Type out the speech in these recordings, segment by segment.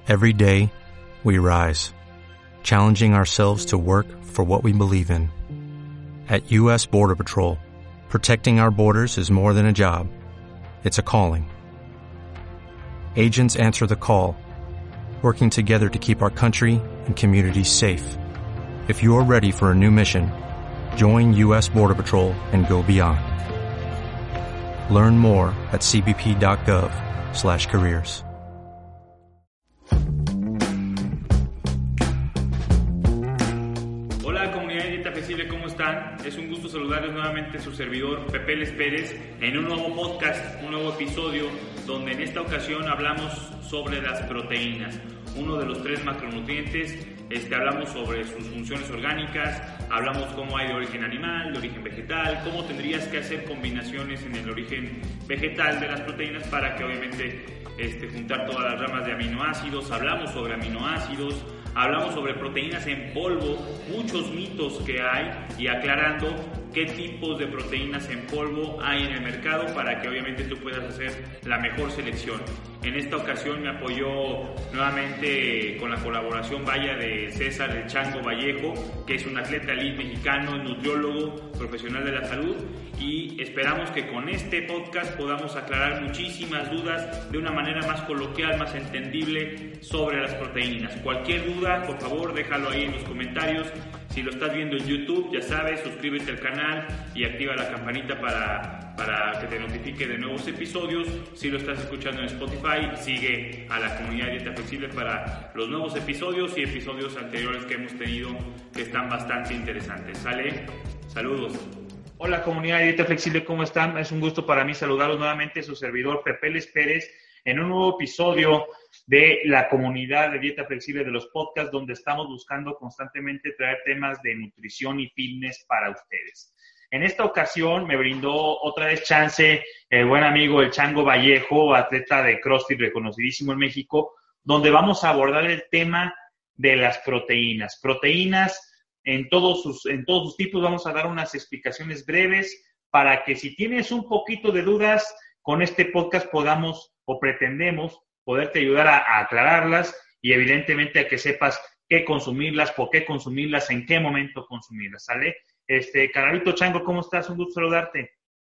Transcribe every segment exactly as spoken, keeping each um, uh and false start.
Every day, we rise, challenging ourselves to work for what we believe in. At U S Border Patrol, protecting our borders is more than a job. It's a calling. Agents answer the call, working together to keep our country and communities safe. If you're ready for a new mission, join U S Border Patrol and go beyond. Learn more at c b p dot gov slash careers. Hola comunidad de Dieta Flexible, ¿cómo están? Es un gusto saludarles nuevamente a su servidor Pepe Les Pérez en un nuevo podcast, un nuevo episodio donde en esta ocasión hablamos sobre las proteínas, uno de los tres macronutrientes. Este, hablamos sobre sus funciones orgánicas, hablamos cómo hay de origen animal, de origen vegetal, cómo tendrías que hacer combinaciones en el origen vegetal de las proteínas para que obviamente este, juntar todas las ramas de aminoácidos. Hablamos sobre aminoácidos, hablamos sobre proteínas en polvo, muchos mitos que hay y aclarando qué tipos de proteínas en polvo hay en el mercado para que obviamente tú puedas hacer la mejor selección. En esta ocasión me apoyó nuevamente con la colaboración vaya de César el Chango Vallejo, que es un atleta elite mexicano, nutriólogo, profesional de la salud, y esperamos que con este podcast podamos aclarar muchísimas dudas de una manera más coloquial, más entendible sobre las proteínas. Cualquier duda, por favor, déjalo ahí en los comentarios. Si lo estás viendo en YouTube, ya sabes, suscríbete al canal y activa la campanita para, para que te notifique de nuevos episodios. Si lo estás escuchando en Spotify, sigue a la comunidad de Dieta Flexible para los nuevos episodios y episodios anteriores que hemos tenido que están bastante interesantes. ¿Sale? Saludos. Hola comunidad de Dieta Flexible, ¿cómo están? Es un gusto para mí saludarlos nuevamente, su servidor Pepe Les Pérez, en un nuevo episodio de la comunidad de Dieta Flexible de los podcasts, donde estamos buscando constantemente traer temas de nutrición y fitness para ustedes. En esta ocasión me brindó otra vez chance el buen amigo el Chango Vallejo, atleta de CrossFit reconocidísimo en México, donde vamos a abordar el tema de las proteínas. Proteínas en todos sus, en todos sus tipos. Vamos a dar unas explicaciones breves para que si tienes un poquito de dudas, con este podcast podamos o pretendemos poderte ayudar a, a aclararlas y evidentemente a que sepas qué consumirlas, por qué consumirlas, en qué momento consumirlas, ¿sale? Este, Canalito Chango, ¿cómo estás? Un gusto saludarte.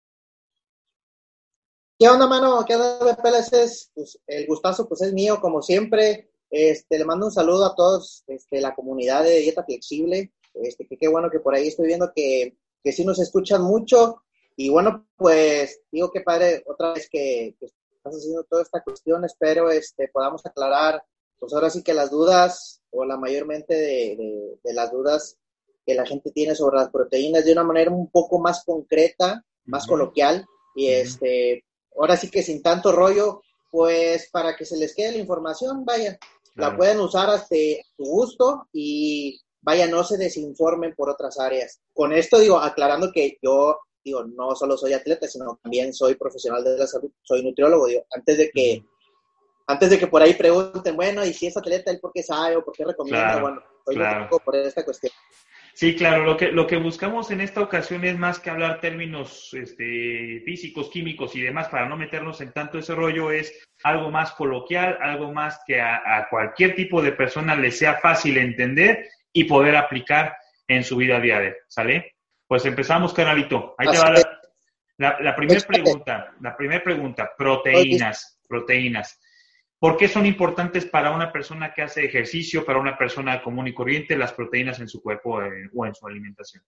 ¿Qué onda, mano? ¿Qué onda, Pepe? Pues, el gustazo pues es mío, como siempre. Este, le mando un saludo a todos, este, la comunidad de Dieta Flexible. Este, que qué bueno que por ahí estoy viendo que, que sí nos escuchan mucho. Y bueno, pues digo que padre otra vez que, que estás haciendo toda esta cuestión. Espero este, podamos aclarar, pues ahora sí que las dudas, o la mayormente de, de, de las dudas que la gente tiene sobre las proteínas de una manera un poco más concreta, más uh-huh. coloquial. Y uh-huh. este, ahora sí que sin tanto rollo, pues para que se les quede la información, vaya, claro. La pueden usar hasta su gusto y vaya, no se desinformen por otras áreas. Con esto digo, aclarando que yo digo, no solo soy atleta, sino también soy profesional de la salud, soy nutriólogo, digo, antes de que, antes de que por ahí pregunten, bueno, y si es atleta, ¿él por qué sabe o por qué recomienda? Claro, bueno, soy claro. nutriólogo por esta cuestión. Sí, claro, lo que, lo que buscamos en esta ocasión es más que hablar términos este, físicos, químicos y demás, para no meternos en tanto ese rollo, es algo más coloquial, algo más que a, a cualquier tipo de persona le sea fácil entender y poder aplicar en su vida diaria, ¿sale? Pues empezamos, canalito. Ahí te va la, la, la primera pregunta. La primera pregunta, proteínas, proteínas. ¿Por qué son importantes para una persona que hace ejercicio, para una persona común y corriente, las proteínas en su cuerpo eh, o en su alimentación?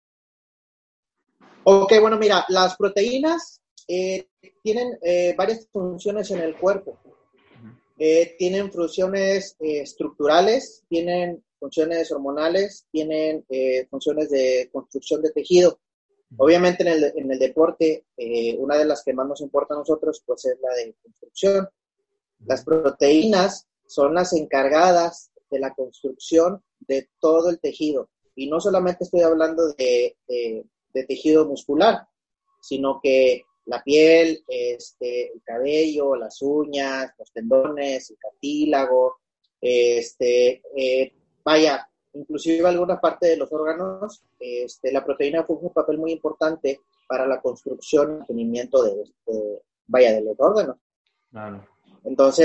Ok, bueno, mira, las proteínas eh, tienen eh, varias funciones en el cuerpo. Uh-huh. Eh, tienen funciones eh, estructurales, tienen funciones hormonales, tienen eh, funciones de construcción de tejido. Obviamente en el, en el deporte, eh, una de las que más nos importa a nosotros, pues es la de construcción. Las proteínas son las encargadas de la construcción de todo el tejido. Y no solamente estoy hablando de, de, de tejido muscular, sino que la piel, este, el cabello, las uñas, los tendones, el cartílago, este, eh, vaya, inclusive alguna parte de los órganos, este, la proteína funge un papel muy importante para la construcción y mantenimiento de, de, vaya, de los órganos. Claro. Entonces,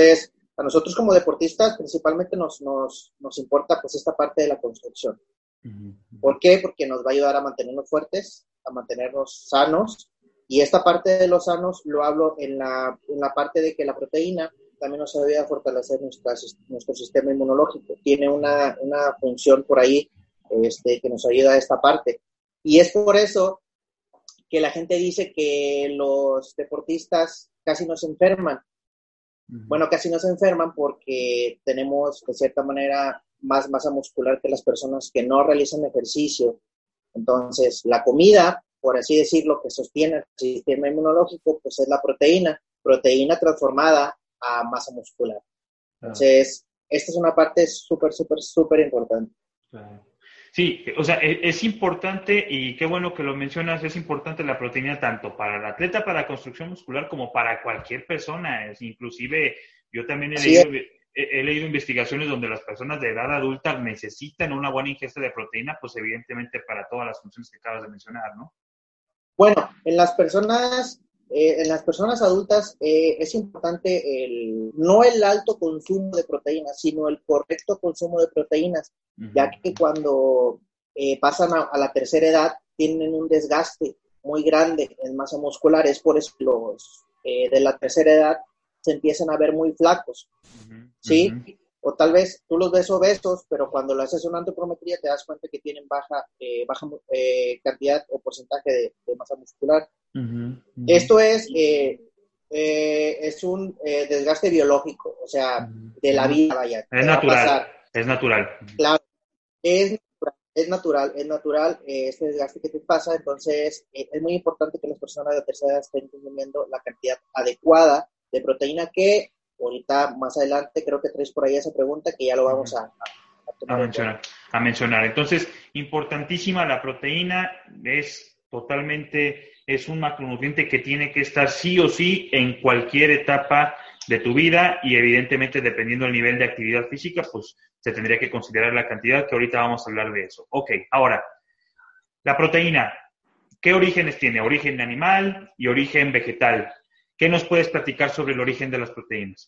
a nosotros como deportistas principalmente nos, nos, nos importa pues esta parte de la construcción. Uh-huh. ¿Por qué? Porque nos va a ayudar a mantenernos fuertes, a mantenernos sanos, y esta parte de los sanos lo hablo en la, en la parte de que la proteína también nos ayuda a fortalecer nuestra, nuestro sistema inmunológico. Tiene una, una función por ahí este, que nos ayuda a esta parte. Y es por eso que la gente dice que los deportistas casi no se enferman. Uh-huh. Bueno, casi no se enferman porque tenemos, de cierta manera, más masa muscular que las personas que no realizan ejercicio. Entonces, la comida, por así decirlo, que sostiene el sistema inmunológico, pues es la proteína, proteína transformada a masa muscular. Entonces, ah. esta es una parte súper, súper, súper importante. Claro. Sí, o sea, es, es importante, y qué bueno que lo mencionas, es importante la proteína tanto para el atleta, para la construcción muscular, como para cualquier persona. Es, inclusive, yo también he leído, he, he leído investigaciones donde las personas de edad adulta necesitan una buena ingesta de proteína, pues evidentemente para todas las funciones que acabas de mencionar, ¿no? Bueno, en las personas, eh, en las personas adultas eh, es importante el, no el alto consumo de proteínas, sino el correcto consumo de proteínas, uh-huh. ya que cuando eh, pasan a, a la tercera edad tienen un desgaste muy grande en masa muscular. Es por eso que los eh, de la tercera edad se empiezan a ver muy flacos, uh-huh. ¿sí? Uh-huh. O tal vez tú los ves obesos, pero cuando le haces una antropometría te das cuenta que tienen baja, eh, baja eh, cantidad o porcentaje de, de masa muscular. Uh-huh, uh-huh. Esto es, eh, eh, es un eh, desgaste biológico, o sea, uh-huh. de la vida, vaya. Es natural, es natural. Claro, es, es natural, es natural eh, este desgaste que te pasa, entonces eh, es muy importante que las personas de tercera edad estén consumiendo la cantidad adecuada de proteína que ahorita más adelante creo que traes por ahí esa pregunta que ya lo vamos a, a, a, a mencionar. A mencionar. Entonces, importantísima la proteína, es totalmente, es un macronutriente que tiene que estar sí o sí en cualquier etapa de tu vida y evidentemente dependiendo del nivel de actividad física, pues se tendría que considerar la cantidad que ahorita vamos a hablar de eso. Ok, ahora, la proteína, ¿qué orígenes tiene? Origen animal y origen vegetal. ¿Qué nos puedes platicar sobre el origen de las proteínas?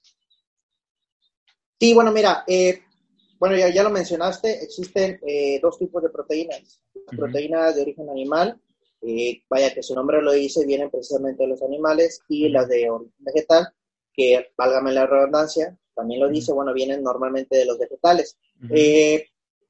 Sí, bueno, mira, eh, bueno, ya, ya lo mencionaste, existen eh, dos tipos de proteínas. Las uh-huh. proteínas de origen animal, eh, vaya que su nombre lo dice, vienen precisamente de los animales, y uh-huh. las de origen vegetal, que, válgame la redundancia, también lo uh-huh. dice, bueno, vienen normalmente de los vegetales. Uh-huh. Eh,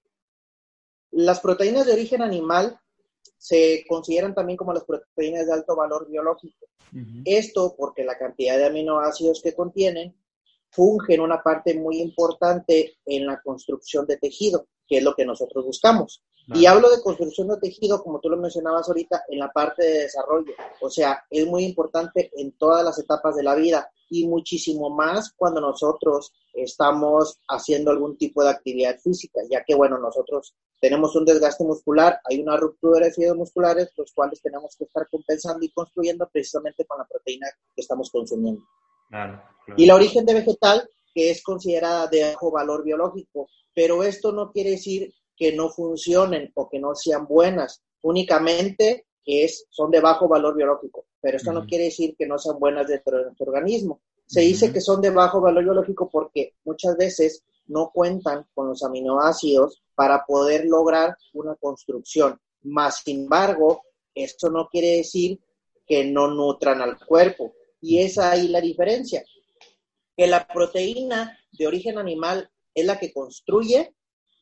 las proteínas de origen animal se consideran también como las proteínas de alto valor biológico. Uh-huh. Esto porque la cantidad de aminoácidos que contienen fungen una parte muy importante en la construcción de tejido, que es lo que nosotros buscamos. Uh-huh. Y hablo de construcción de tejido, como tú lo mencionabas ahorita, en la parte de desarrollo. O sea, es muy importante en todas las etapas de la vida y muchísimo más cuando nosotros estamos haciendo algún tipo de actividad física, ya que, bueno, nosotros tenemos un desgaste muscular, hay una ruptura de fibras musculares, los cuales tenemos que estar compensando y construyendo precisamente con la proteína que estamos consumiendo. Claro, claro. Y la origen de vegetal, que es considerada de bajo valor biológico, pero esto no quiere decir que no funcionen o que no sean buenas, únicamente es, son de bajo valor biológico, pero esto uh-huh. no quiere decir que no sean buenas dentro de nuestro organismo. Se uh-huh. dice que son de bajo valor biológico porque muchas veces no cuentan con los aminoácidos para poder lograr una construcción. Más sin embargo, esto no quiere decir que no nutran al cuerpo. Y es ahí la diferencia, que la proteína de origen animal es la que construye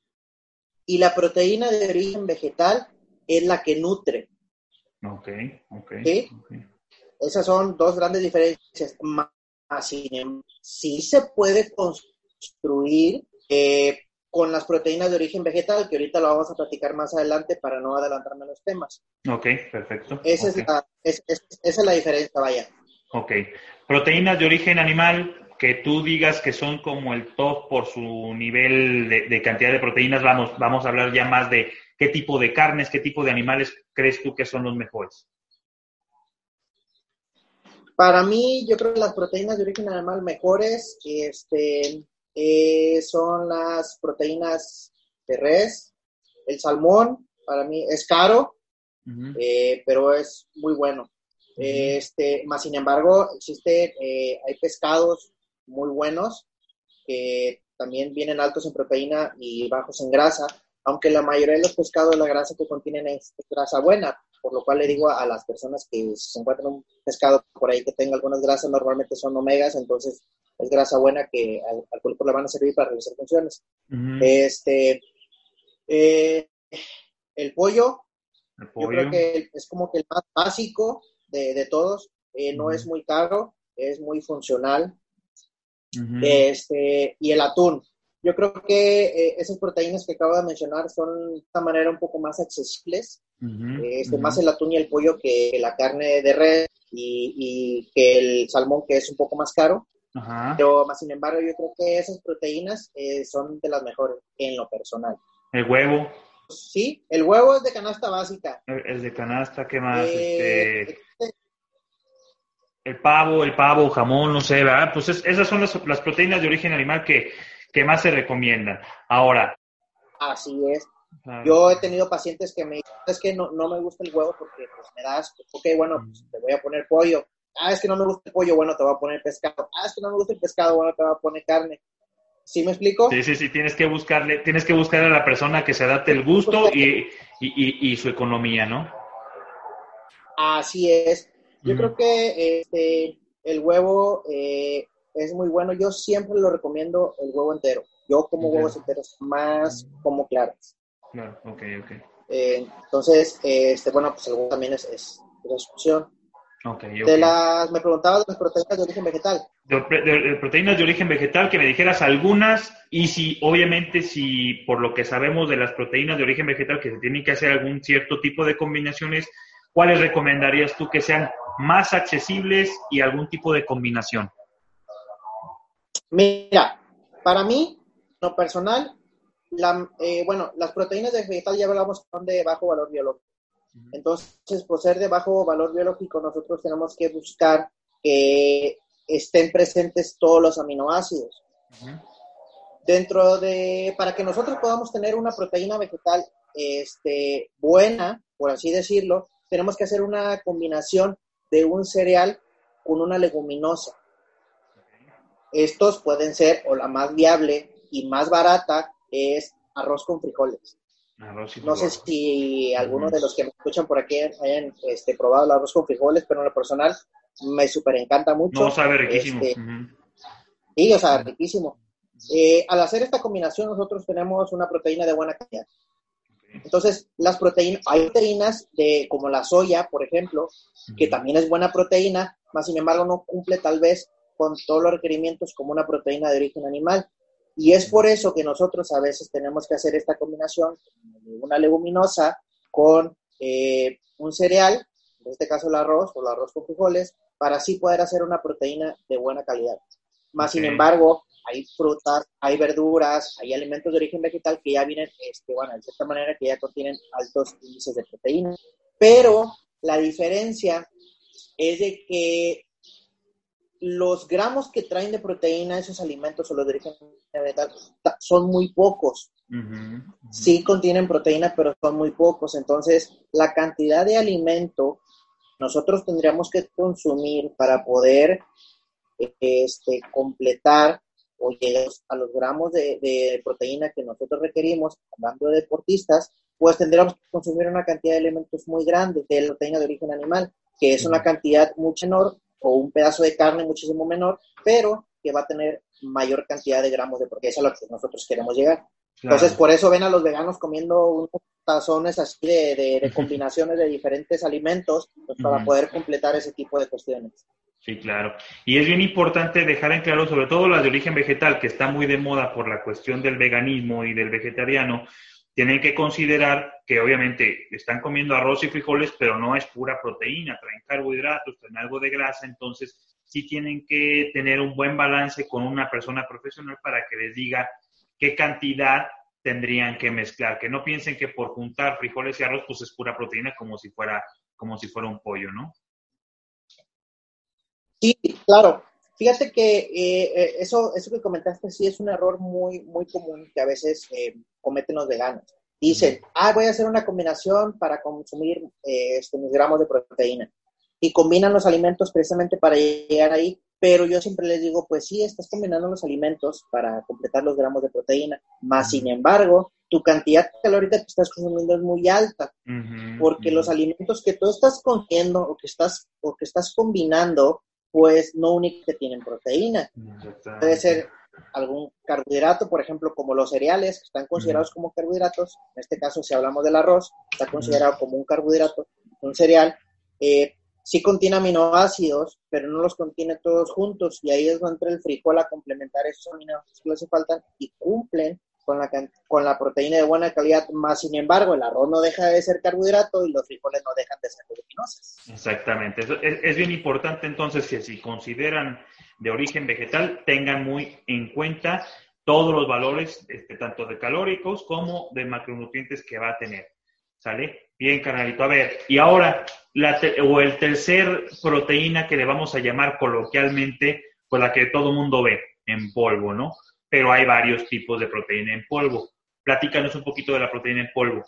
y la proteína de origen vegetal es la que nutre. Ok, ok. ¿Sí? Okay. Esas son dos grandes diferencias. Más, sí se puede construir eh, con las proteínas de origen vegetal, que ahorita lo vamos a platicar más adelante para no adelantarme a los temas. Ok, perfecto. Esa, okay. Es, la, es, es, esa es la diferencia, vaya. Ok. Proteínas de origen animal que tú digas que son como el top por su nivel de, de cantidad de proteínas. Vamos, vamos a hablar ya más de qué tipo de carnes, qué tipo de animales crees tú que son los mejores. Para mí, yo creo que las proteínas de origen animal mejores este, eh, son las proteínas de res, el salmón. Para mí es caro, uh-huh. eh, pero es muy bueno. Este, más sin embargo, existen, eh, hay pescados muy buenos que también vienen altos en proteína y bajos en grasa, aunque la mayoría de los pescados la grasa que contienen es grasa buena, por lo cual le digo a las personas que si se encuentran un pescado por ahí que tenga algunas grasas, normalmente son omegas, entonces es grasa buena que al, al cuerpo le van a servir para realizar funciones. Uh-huh. Este, eh, el pollo, el pollo, yo creo que es como que el más básico de, de todos, eh, no uh-huh. es muy caro, es muy funcional. Uh-huh. Este, y el atún. Yo creo que eh, esas proteínas que acabo de mencionar son de una manera un poco más accesibles, uh-huh, este, uh-huh. más el atún y el pollo que la carne de res y, y que el salmón, que es un poco más caro. Uh-huh. Pero más sin embargo yo creo que esas proteínas eh, son de las mejores en lo personal. ¿El huevo? Sí, el huevo es de canasta básica. Es de canasta, ¿qué más? Eh, este... este... El pavo, el pavo, jamón, no sé, ¿verdad? Pues es, esas son las, las proteínas de origen animal que que más se recomiendan. Ahora. Así es. Ah, yo he tenido pacientes que me dicen, es que no, no me gusta el huevo porque pues, me das, ok, bueno, pues, te voy a poner pollo. Ah, es que no me gusta el pollo, bueno, te voy a poner pescado. Ah, es que no me gusta el pescado, bueno, te voy a poner carne. ¿Sí me explico? Sí, sí, sí, tienes que buscarle, tienes que buscar a la persona que se adapte el gusto y, y, y, y su economía, ¿no? Así es. Yo mm. creo que este, el huevo... Eh, es muy bueno. Yo siempre lo recomiendo el huevo entero. Yo como okay. huevos enteros, más como claras. Claro, ok, ok. Eh, entonces, eh, este, bueno, pues el huevo también es, es, es opción. Okay, okay. De las, me preguntabas de las proteínas de origen vegetal. De, de, de proteínas de origen vegetal, que me dijeras algunas, y si, obviamente, si por lo que sabemos de las proteínas de origen vegetal, que se tienen que hacer algún cierto tipo de combinaciones, ¿cuáles recomendarías tú que sean más accesibles y algún tipo de combinación? Mira, para mí, lo personal, la, eh, bueno, las proteínas de vegetal ya hablamos que son de bajo valor biológico. Entonces, por ser de bajo valor biológico, nosotros tenemos que buscar que estén presentes todos los aminoácidos. Uh-huh. Dentro de, para que nosotros podamos tener una proteína vegetal este, buena, por así decirlo, tenemos que hacer una combinación de un cereal con una leguminosa. Estos pueden ser, o la más viable y más barata, es arroz con frijoles. Arroz no sé si algunos uh-huh. de los que me escuchan por aquí hayan este, probado el arroz con frijoles, pero en lo personal me súper encanta mucho. No, sabe riquísimo. Este, uh-huh. Sí, o sea, uh-huh. riquísimo. Eh, al hacer esta combinación, nosotros tenemos una proteína de buena calidad. Okay. Entonces, las proteínas, hay proteínas de, como la soya, por ejemplo, uh-huh. que también es buena proteína, más sin embargo no cumple tal vez con todos los requerimientos como una proteína de origen animal. Y es por eso que nosotros a veces tenemos que hacer esta combinación de una leguminosa con eh, un cereal, en este caso el arroz o el arroz con frijoles, para así poder hacer una proteína de buena calidad. Más okay. sin embargo, hay frutas, hay verduras, hay alimentos de origen vegetal que ya vienen, este, bueno, de cierta manera que ya contienen altos índices de proteína. Pero la diferencia es de que los gramos que traen de proteína esos alimentos o los de origen vegetal son muy pocos. Uh-huh, uh-huh. Sí contienen proteína, pero son muy pocos. Entonces, la cantidad de alimento nosotros tendríamos que consumir para poder este, completar o llegar a los gramos de, de proteína que nosotros requerimos, hablando de deportistas, pues tendríamos que consumir una cantidad de alimentos muy grande de proteína de origen animal, que es uh-huh. una cantidad mucho menor, o un pedazo de carne muchísimo menor, pero que va a tener mayor cantidad de gramos de proteína, eso es a lo que nosotros queremos llegar. Claro. Entonces, por eso ven a los veganos comiendo unos tazones así de, de, de combinaciones de diferentes alimentos, pues, para uh-huh. poder completar ese tipo de cuestiones. Sí, claro. Y es bien importante dejar en claro, sobre todo las de origen vegetal, que está muy de moda por la cuestión del veganismo y del vegetariano, tienen que considerar que obviamente están comiendo arroz y frijoles, pero no es pura proteína, traen carbohidratos, traen algo de grasa, entonces sí tienen que tener un buen balance con una persona profesional para que les diga qué cantidad tendrían que mezclar, que no piensen que por juntar frijoles y arroz pues es pura proteína como si fuera, como si fuera un pollo, ¿no? Sí, claro. Fíjate que eh, eso, eso que comentaste sí es un error muy, muy común que a veces eh, cometen los veganos. Dicen, ah, voy a hacer una combinación para consumir eh, este, mis gramos de proteína. Y combinan los alimentos precisamente para llegar ahí, pero yo siempre les digo, pues sí, estás combinando los alimentos para completar los gramos de proteína, más sin embargo, tu cantidad calórica que estás consumiendo es muy alta, uh-huh, porque uh-huh. los alimentos que tú estás consumiendo o que estás, o que estás combinando, pues no únicamente tienen proteína. Puede ser algún carbohidrato, por ejemplo, como los cereales, que están considerados uh-huh. como carbohidratos. En este caso, si hablamos del arroz, está considerado uh-huh. como un carbohidrato, un cereal. Eh, sí contiene aminoácidos, pero no los contiene todos juntos, y ahí es donde entra el frijol a complementar esos aminoácidos que le hace falta y cumplen con la, con la proteína de buena calidad. Más sin embargo, el arroz no deja de ser carbohidrato y los frijoles no dejan de ser leguminosas. Exactamente. Eso es, es bien importante entonces que si consideran de origen vegetal, tengan muy en cuenta todos los valores, este, tanto de calóricos como de macronutrientes que va a tener. ¿Sale? Bien, carnalito. A ver, y ahora, la te- o el tercer proteína que le vamos a llamar coloquialmente, pues la que todo mundo ve en polvo, ¿no? Pero hay varios tipos de proteína en polvo. Platícanos un poquito de la proteína en polvo.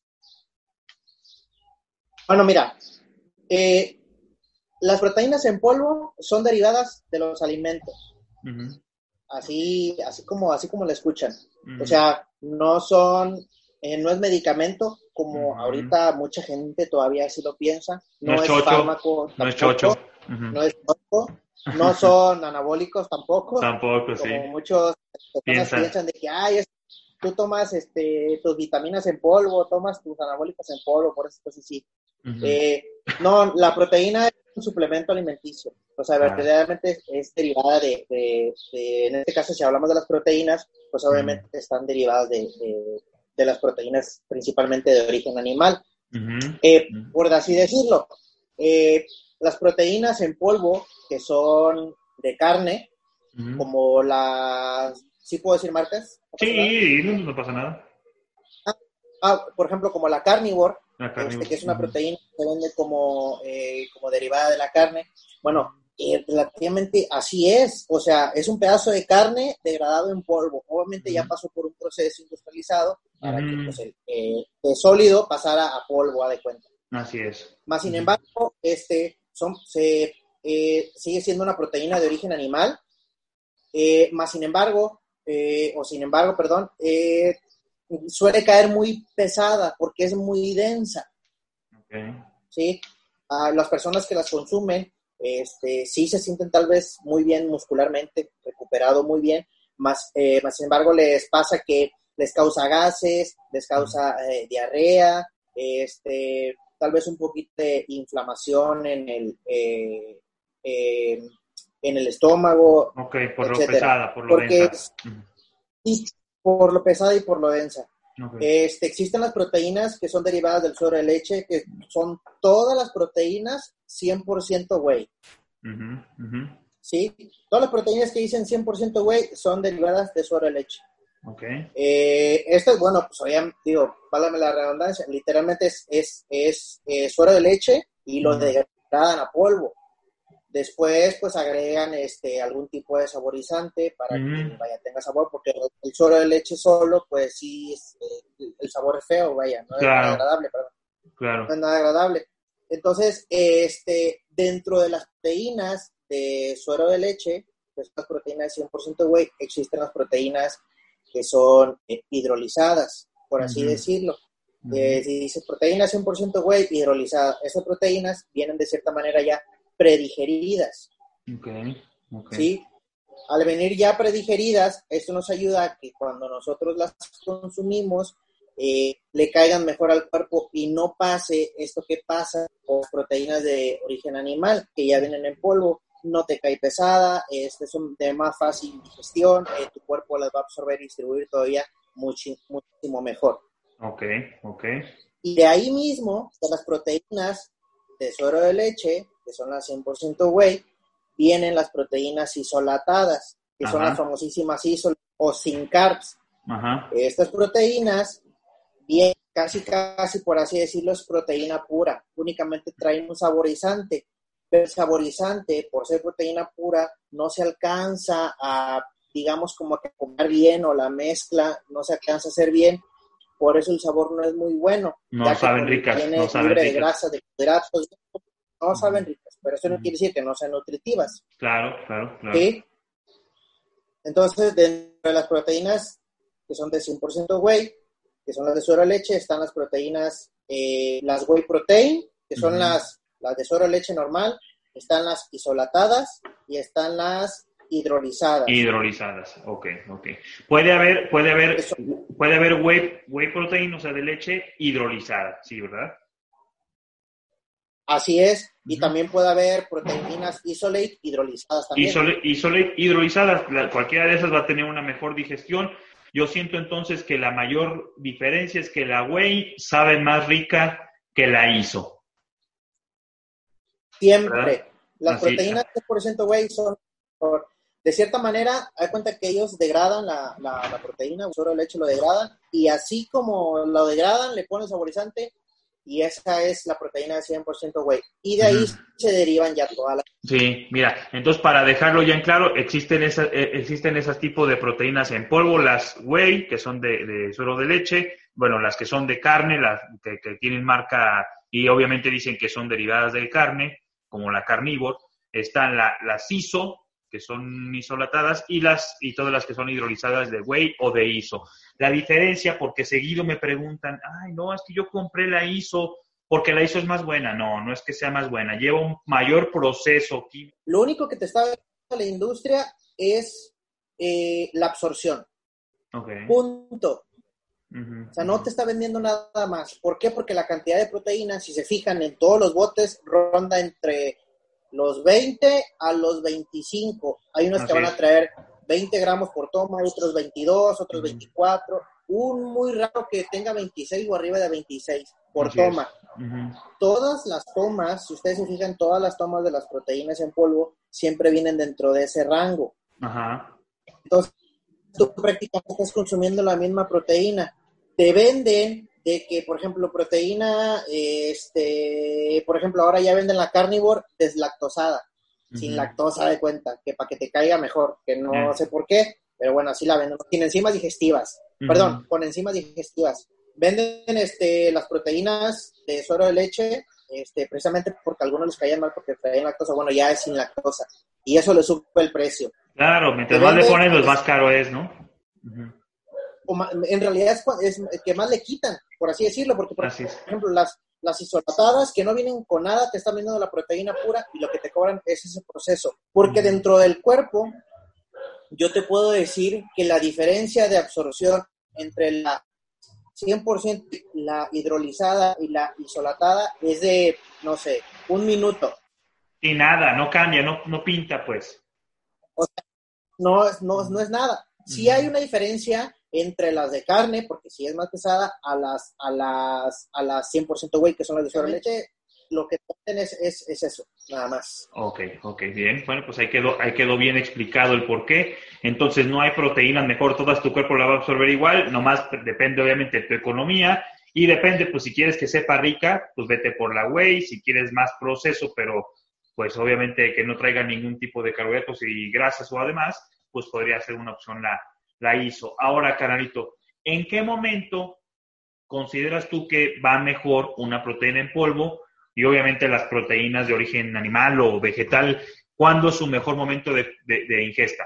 Bueno, mira, eh, las proteínas en polvo son derivadas de los alimentos. Uh-huh. Así, así como, así como la escuchan. Uh-huh. O sea, no son, eh, no es medicamento, como uh-huh. ahorita mucha gente todavía así lo piensa. No, no es, es fármaco, tampoco, no es chocho. Uh-huh. No es chocho. No son anabólicos tampoco. Tampoco, como sí. Como muchos personas piensan. piensan de que, ay, es, tú tomas este, tus vitaminas en polvo, tomas tus anabólicos en polvo, por eso cosas así. Uh-huh. Eh, no, la proteína es un suplemento alimenticio. O sea, verdaderamente es, es derivada de, de, de, en este caso, si hablamos de las proteínas, pues obviamente uh-huh. están derivadas de, de, de las proteínas principalmente de origen animal. Uh-huh. Eh, uh-huh. Por así decirlo, eh, las proteínas en polvo, que son de carne, uh-huh. como las... ¿Sí puedo decir marcas? ¿No sí, no, no pasa nada. Ah, ah, por ejemplo, como la carnivore, la carnivore. Este, que es una uh-huh. proteína que se vende como, eh, como derivada de la carne. Bueno, eh, relativamente así es. O sea, es un pedazo de carne degradado en polvo. Obviamente uh-huh. ya pasó por un proceso industrializado para uh-huh. que pues, el, eh, el sólido pasara a polvo, a de cuenta. Así es. Más sin uh-huh. embargo, este... Son, se, eh, sigue siendo una proteína de origen animal, eh, más sin embargo, eh, o sin embargo, perdón, eh, suele caer muy pesada porque es muy densa. Okay. ¿Sí? Uh, las personas que las consumen, este, sí se sienten tal vez muy bien muscularmente, recuperado muy bien, más, eh, más sin embargo les pasa que les causa gases, les causa eh, diarrea, este... tal vez un poquito de inflamación en el eh, eh, en el estómago. Ok, por etcétera. Lo pesada, por lo Porque densa. Es, por lo pesada y por lo densa. Okay. Este, existen las proteínas que son derivadas del suero de leche, que son todas las proteínas cien por ciento whey. Uh-huh, uh-huh. ¿Sí? Todas las proteínas que dicen cien por ciento whey son derivadas de suero de leche. Okay. Eh, esto es, bueno, pues oigan, digo, válame la redundancia, literalmente es, es, es eh, suero de leche y lo uh-huh. degradan a polvo. Después, pues agregan este algún tipo de saborizante para uh-huh. que vaya, tenga sabor, porque el, el suero de leche solo, pues sí, es, eh, el sabor es feo, vaya, no claro. es nada agradable, perdón. Claro. No es nada agradable. Entonces, este, dentro de las proteínas de suero de leche, que son las proteínas cien por ciento whey, existen las proteínas que son eh, hidrolizadas, por así uh-huh. decirlo. Uh-huh. Eh, si dice proteínas cien por ciento whey hidrolizadas, esas proteínas vienen de cierta manera ya predigeridas. Okay. Okay. ¿Sí? Al venir ya predigeridas, esto nos ayuda a que cuando nosotros las consumimos, eh, le caigan mejor al cuerpo y no pase esto que pasa con las proteínas de origen animal, que ya vienen en polvo. No te cae pesada, este es un, de más fácil digestión, eh, tu cuerpo las va a absorber y distribuir todavía muchi, muchísimo mejor. Ok, ok. Y de ahí mismo, de las proteínas de suero de leche, que son las cien por ciento whey, vienen las proteínas isolatadas, que Ajá. son las famosísimas isol o sin carbs. Ajá. Estas proteínas, bien, casi casi por así decirlo, es proteína pura, únicamente traen un saborizante. Pero el saborizante, por ser proteína pura, no se alcanza a, digamos, como que comer bien, o la mezcla no se alcanza a hacer bien, por eso el sabor no es muy bueno. No saben ricas, no saben libre ricas. de grasa, de hidratos, no saben ricas, pero eso no quiere decir que no sean nutritivas. Claro, claro, claro. ¿Sí? Entonces, dentro de las proteínas que son de cien por ciento whey, que son las de suero de leche, están las proteínas, eh, las whey protein, que son uh-huh. las, las de suero de leche normal, están las isolatadas y están las hidrolizadas. Hidrolizadas, ok, ok. Puede haber, puede haber, Eso. puede haber whey, whey protein, o sea, de leche hidrolizada, ¿sí, verdad? Así es, y uh-huh. también puede haber proteínas isolate hidrolizadas también. Isolate, isolate hidrolizadas, la, cualquiera de esas va a tener una mejor digestión. Yo siento entonces que la mayor diferencia es que la whey sabe más rica que la iso. Siempre. ¿Verdad? Las Así. proteínas cien por ciento whey son, de cierta manera, hay cuenta que ellos degradan la, la, la proteína, el suero de leche lo degradan, y así como lo degradan, le ponen saborizante, y esa es la proteína de cien por ciento whey. Y de ahí uh-huh. se derivan ya todas las... Sí, mira, entonces para dejarlo ya en claro, existen esas, eh, existen esos tipos de proteínas en polvo, las whey, que son de, de suero de leche, bueno, las que son de carne, las que, que tienen marca, y obviamente dicen que son derivadas de carne, como la carnívoro, están la, las iso, que son isolatadas, y las y todas las que son hidrolizadas de whey o de iso. La diferencia, porque seguido me preguntan, ay, no, es que yo compré la iso porque la iso es más buena. No, no es que sea más buena, lleva un mayor proceso químico. Lo único que te está dando la industria es eh, la absorción. Okay. Punto. Uh-huh, o sea, no uh-huh. te está vendiendo nada más. ¿Por qué? Porque la cantidad de proteínas, si se fijan en todos los botes, ronda entre los veinte a los veinticinco. Hay unos Así que van a traer veinte gramos por toma, otros veintidós, otros uh-huh. veinticuatro. Un muy raro que tenga veintiséis o arriba de veintiséis por Así toma. Uh-huh. Todas las tomas, si ustedes se fijan, todas las tomas de las proteínas en polvo siempre vienen dentro de ese rango. Uh-huh. Entonces, tú prácticamente estás consumiendo la misma proteína. Te venden de que, por ejemplo, proteína, este, por ejemplo, ahora ya venden la carnívoro deslactosada, uh-huh. sin lactosa de cuenta, que para que te caiga mejor, que no uh-huh. sé por qué, pero bueno, así la venden, sin enzimas digestivas, uh-huh. perdón, con enzimas digestivas. Venden este, las proteínas de suero de leche, este, precisamente porque a algunos les caían mal porque traían lactosa, bueno, ya es sin lactosa, y eso le sube el precio. Claro, mientras más le ponen, pues más caro es, ¿no? Uh-huh. En realidad es, es que más le quitan, por así decirlo, porque por así ejemplo las, las isolatadas que no vienen con nada te están vendiendo la proteína pura y lo que te cobran es ese proceso, porque uh-huh. dentro del cuerpo yo te puedo decir que la diferencia de absorción entre la cien por ciento la hidrolizada y la isolatada es de, no sé, un minuto. Y nada, no cambia, no, no pinta pues. O sea, no, no, no es nada. Sí uh-huh. hay una diferencia entre las de carne, porque sí es más pesada, a las a las a las cien por ciento whey, que son las de suero de leche, lo que tienen es, es, es eso, nada más. Ok, ok, bien. Bueno, pues ahí quedó, ahí quedó bien explicado el por qué. Entonces no hay proteínas mejor, todas tu cuerpo la va a absorber igual, nomás depende obviamente de tu economía y depende, pues si quieres que sepa rica, pues vete por la whey, si quieres más proceso, pero pues obviamente que no traiga ningún tipo de carbohidratos y grasas o además, pues podría ser una opción la la iso. Ahora, carnalito, ¿en qué momento consideras tú que va mejor una proteína en polvo y obviamente las proteínas de origen animal o vegetal? ¿Cuándo es su mejor momento de, de, de ingesta?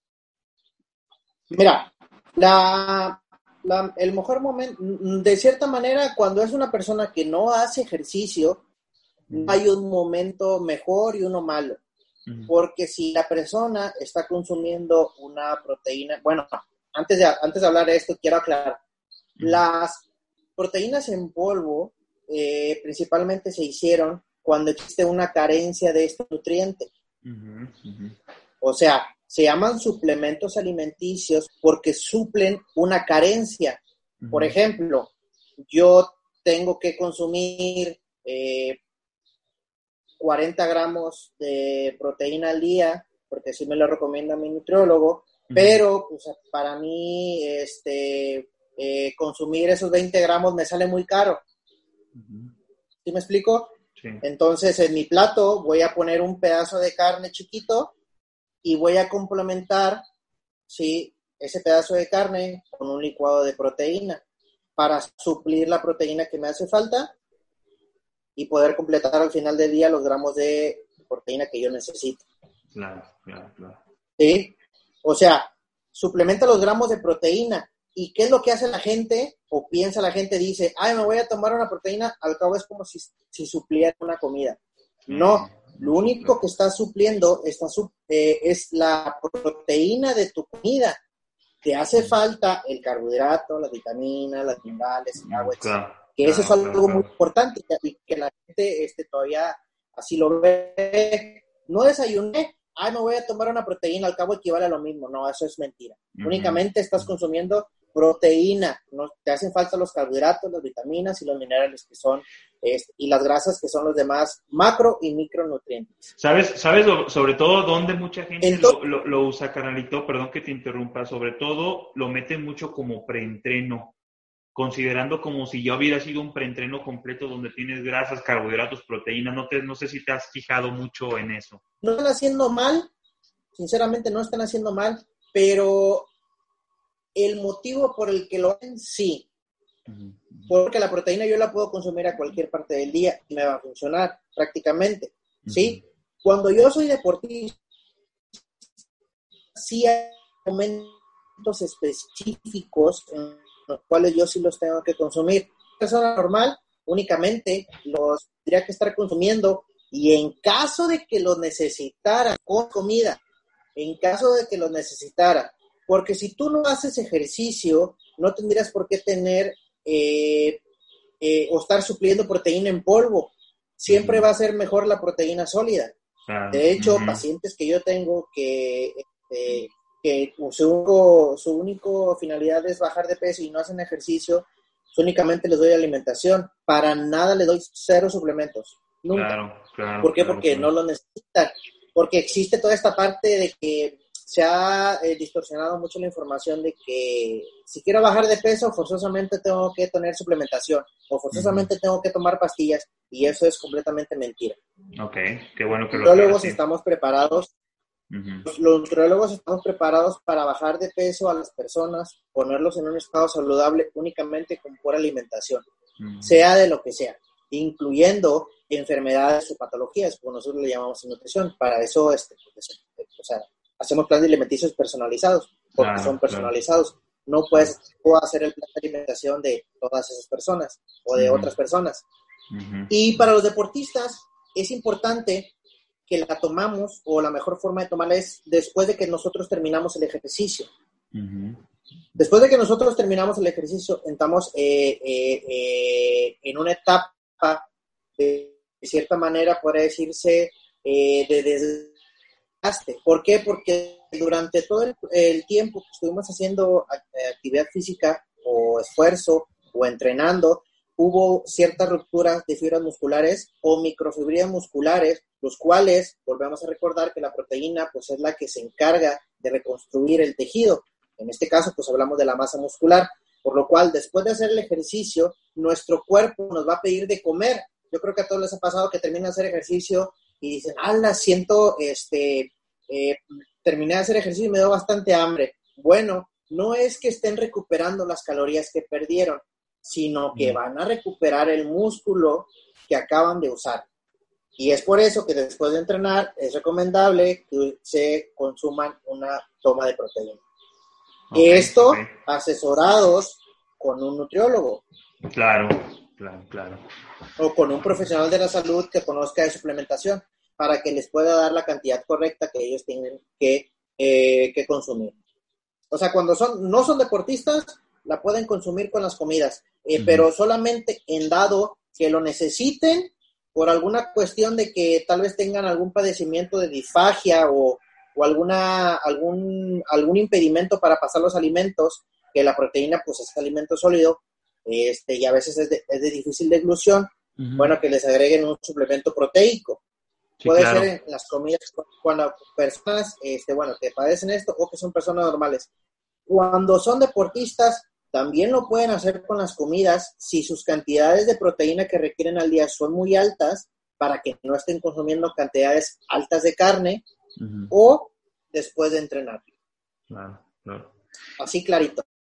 Mira, la, la, el mejor momento, de cierta manera, cuando es una persona que no hace ejercicio, no hay un momento mejor y uno malo. Porque si la persona está consumiendo una proteína, bueno, antes de, antes de hablar de esto, quiero aclarar, las proteínas en polvo eh, principalmente se hicieron cuando existe una carencia de este nutriente. Uh-huh, uh-huh. O sea, se llaman suplementos alimenticios porque suplen una carencia. Uh-huh. Por ejemplo, yo tengo que consumir eh, cuarenta gramos de proteína al día, porque así me lo recomienda mi nutriólogo, uh-huh. pero pues, para mí este, eh, consumir esos veinte gramos me sale muy caro. Uh-huh. ¿Sí me explico? Sí. Entonces, en mi plato voy a poner un pedazo de carne chiquito y voy a complementar, ¿sí?, ese pedazo de carne con un licuado de proteína para suplir la proteína que me hace falta. y poder completar al final del día los gramos de proteína que yo necesito. Claro, claro, claro. ¿Sí? O sea, suplementa los gramos de proteína. ¿Y qué es lo que hace la gente? O piensa la gente, dice, ay, me voy a tomar una proteína, al cabo es como si, si supliera una comida. No, lo único que está supliendo está, eh, es la proteína de tu comida. Te hace falta el carbohidrato, las vitaminas, las minerales, el agua, claro, que claro, eso es algo claro, muy claro. importante y que la gente este, todavía así lo ve. No desayuné, ay, me voy a tomar una proteína, al cabo equivale a lo mismo. No, eso es mentira. Uh-huh. Únicamente estás consumiendo proteína, no te hacen falta los carbohidratos, las vitaminas y los minerales que son, este, y las grasas que son los demás macro y micronutrientes. ¿Sabes, sabes sobre todo dónde mucha gente Entonces, lo, lo, lo usa, carnalito? Perdón que te interrumpa. Sobre todo lo meten mucho como preentreno, considerando como si ya hubiera sido un preentreno completo donde tienes grasas, carbohidratos, proteínas. No, te, no sé si te has fijado mucho en eso. No están haciendo mal, sinceramente no están haciendo mal, pero el motivo por el que lo hacen, sí. Uh-huh. Porque la proteína yo la puedo consumir a cualquier parte del día y me va a funcionar prácticamente, uh-huh. ¿sí? Cuando yo soy deportista, sí hay momentos específicos en los cuales yo sí los tengo que consumir. Una persona normal únicamente los tendría que estar consumiendo y en caso de que los necesitara con comida, en caso de que los necesitara, porque si tú no haces ejercicio, no tendrías por qué tener eh, eh, o estar supliendo proteína en polvo. Siempre uh-huh. va a ser mejor la proteína sólida. Uh-huh. De hecho, uh-huh. pacientes que yo tengo que, eh, que su, único, su único finalidad es bajar de peso y no hacen ejercicio, únicamente les doy alimentación. Para nada les doy cero suplementos. Nunca. Claro, claro, ¿Por qué? claro, Porque claro. no lo necesitan. Porque existe toda esta parte de que se ha eh, distorsionado mucho la información de que si quiero bajar de peso, forzosamente tengo que tener suplementación o forzosamente uh-huh. tengo que tomar pastillas y eso es completamente mentira. Ok, qué bueno que los lo nutriólogos sí. estamos preparados, uh-huh. los, los nutriólogos estamos preparados para bajar de peso a las personas, ponerlos en un estado saludable únicamente con pura alimentación, uh-huh. sea de lo que sea, incluyendo enfermedades o patologías, como nosotros le llamamos en nutrición. Para eso, este, pues, o sea, hacemos planes alimenticios personalizados, porque claro, son personalizados. Claro. No puedes puedo hacer el plan de alimentación de todas esas personas o de uh-huh. otras personas. Uh-huh. Y para los deportistas es importante que la tomamos, o la mejor forma de tomarla es después de que nosotros terminamos el ejercicio. Uh-huh. Después de que nosotros terminamos el ejercicio, entramos eh, eh, eh, en una etapa, de, de cierta manera, podría decirse, eh, de desgaste. ¿Por qué? Porque durante todo el, el tiempo que estuvimos haciendo actividad física o esfuerzo o entrenando, hubo ciertas rupturas de fibras musculares o microfibrillas musculares, los cuales, volvemos a recordar que la proteína pues es la que se encarga de reconstruir el tejido. En este caso, pues hablamos de la masa muscular, por lo cual, después de hacer el ejercicio, nuestro cuerpo nos va a pedir de comer. Yo creo que a todos les ha pasado que terminan de hacer ejercicio y dicen, ala, siento, este, eh, terminé de hacer ejercicio y me dio bastante hambre. Bueno, no es que estén recuperando las calorías que perdieron, sino que van a recuperar el músculo que acaban de usar. Y es por eso que después de entrenar es recomendable que se consuman una toma de proteína. Okay, Esto okay. asesorados con un nutriólogo. Claro, claro, claro. O con un profesional de la salud que conozca de suplementación para que les pueda dar la cantidad correcta que ellos tienen que, eh, que consumir. O sea, cuando son no son deportistas, la pueden consumir con las comidas, eh, uh-huh. pero solamente en dado que lo necesiten por alguna cuestión de que tal vez tengan algún padecimiento de disfagia o, o alguna algún algún impedimento para pasar los alimentos, que la proteína pues es alimento sólido, este y a veces es de, es de difícil deglución, uh-huh. bueno, que les agreguen un suplemento proteico. Sí, puede claro. ser en las comidas cuando personas, este, bueno, que padecen esto o que son personas normales. Cuando son deportistas, también lo pueden hacer con las comidas si sus cantidades de proteína que requieren al día son muy altas, para que no estén consumiendo cantidades altas de carne uh-huh. o después de entrenar. Claro, claro. Así clarito.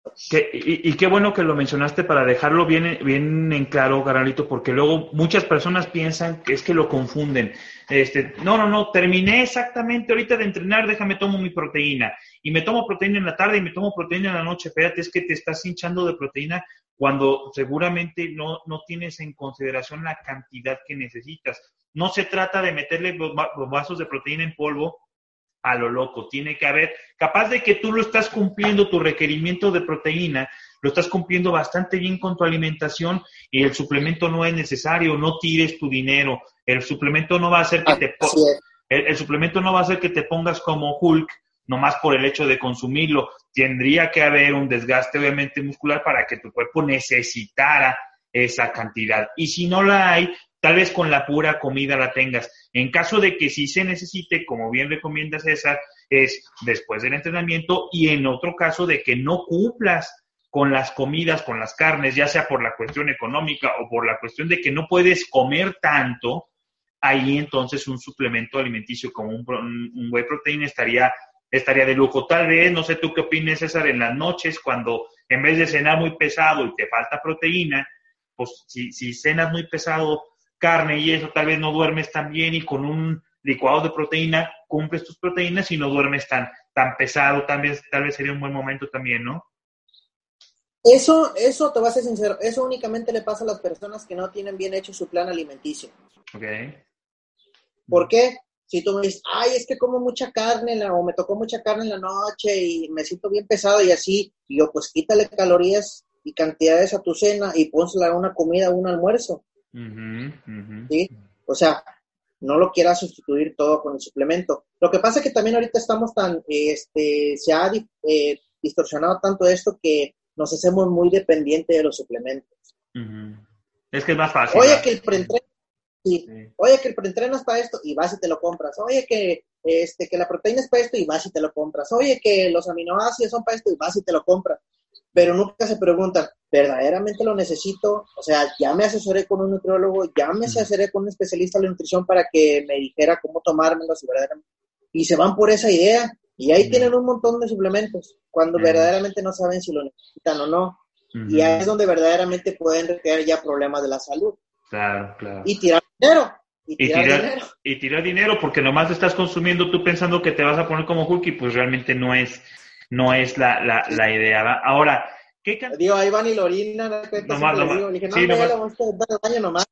Que, y, y qué bueno que lo mencionaste para dejarlo bien, bien en claro, carnalito, porque luego muchas personas piensan que es que lo confunden. Este, no, no, no, terminé exactamente ahorita de entrenar, déjame tomo mi proteína. Y me tomo proteína en la tarde y me tomo proteína en la noche. Espérate, es que te estás hinchando de proteína cuando seguramente no, no tienes en consideración la cantidad que necesitas. No se trata de meterle los, los vasos de proteína en polvo a lo loco, tiene que haber, capaz de que tú lo estás cumpliendo, tu requerimiento de proteína, lo estás cumpliendo bastante bien con tu alimentación y el suplemento no es necesario, no tires tu dinero, el suplemento no va a hacer que te po- el, el suplemento no va a hacer que te pongas como Hulk, nomás por el hecho de consumirlo, tendría que haber un desgaste obviamente muscular para que tu cuerpo necesitara esa cantidad, y si no la hay, tal vez con la pura comida la tengas. En caso de que sí se necesite, como bien recomienda César, es después del entrenamiento, y en otro caso de que no cumplas con las comidas, con las carnes, ya sea por la cuestión económica o por la cuestión de que no puedes comer tanto, ahí entonces un suplemento alimenticio como un, un whey protein estaría, estaría de lujo. Tal vez, no sé tú qué opines, César, en las noches, cuando en vez de cenar muy pesado y te falta proteína, pues si, si cenas muy pesado, carne y eso, tal vez no duermes tan bien y con un licuado de proteína cumples tus proteínas y no duermes tan, tan pesado, tal vez, tal vez sería un buen momento también, ¿no? Eso, eso te voy a ser sincero, eso únicamente le pasa a las personas que no tienen bien hecho su plan alimenticio. Okay. ¿Por qué? Si tú me dices, ay, es que como mucha carne la, o me tocó mucha carne en la noche y me siento bien pesado y así, y yo pues quítale calorías y cantidades a tu cena y pónsela a una comida o un almuerzo. Uh-huh, uh-huh. ¿Sí? O sea, no lo quieras sustituir todo con el suplemento. Lo que pasa es que también ahorita estamos tan, este, se ha eh, distorsionado tanto esto que nos hacemos muy dependientes de los suplementos. Uh-huh. Es que es más fácil. Oye, ¿verdad? Que el preentreno, sí. Sí. Oye, que el preentreno es para esto y vas y te lo compras. Oye, que, este, que la proteína es para esto y vas y te lo compras. Oye, que los aminoácidos son para esto y vas y te lo compras. Pero nunca se preguntan, ¿verdaderamente lo necesito? O sea, ya me asesoré con un nutriólogo, ya me asesoré con un especialista de nutrición para que me dijera cómo tomármelos y verdaderamente. Y se van por esa idea. Y ahí uh-huh. tienen un montón de suplementos, cuando uh-huh. verdaderamente no saben si lo necesitan o no. Uh-huh. Y ahí es donde verdaderamente pueden crear ya problemas de la salud. Claro, claro. Y tirar dinero. Y y tirar, tirar dinero. Y tirar dinero, porque nomás estás consumiendo tú pensando que te vas a poner como Hulk y pues realmente no es... no es la, la, la idea. ¿Va? Ahora, ¿qué can... Digo, ahí van y lo orinan, no nomás, nomás. Digo, le dije, no, sí, no, nomás. le vamos a dar daño nomás.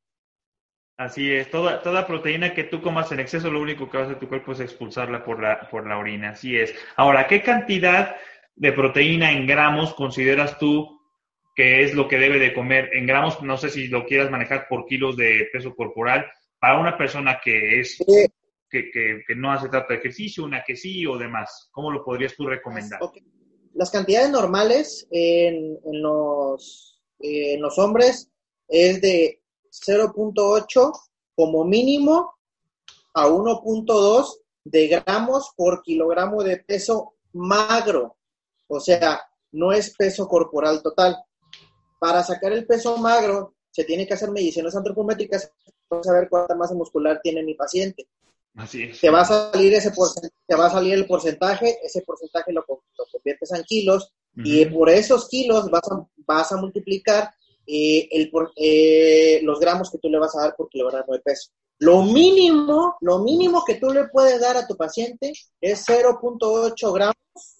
Así es, toda, toda proteína que tú comas en exceso, lo único que va a hacer tu cuerpo es expulsarla por la, por la orina, así es. Ahora, ¿qué cantidad de proteína en gramos consideras tú que es lo que debe de comer? En gramos, no sé si lo quieras manejar por kilos de peso corporal, para una persona que es... Sí. Que, que, que no hace tanto ejercicio, una que sí o demás. ¿Cómo lo podrías tú recomendar? Okay. Las cantidades normales en, en, los, eh, en los hombres es de cero punto ocho como mínimo a uno punto dos de gramos por kilogramo de peso magro. O sea, no es peso corporal total. Para sacar el peso magro se tiene que hacer mediciones antropométricas para saber cuánta masa muscular tiene mi paciente. Así es. Te va a salir ese porcentaje, te va a salir el porcentaje, ese porcentaje lo, lo conviertes en kilos, uh-huh. y por esos kilos vas a, vas a multiplicar eh, el, eh, los gramos que tú le vas a dar por kilogramo de peso. Lo mínimo, lo mínimo que tú le puedes dar a tu paciente es cero punto ocho gramos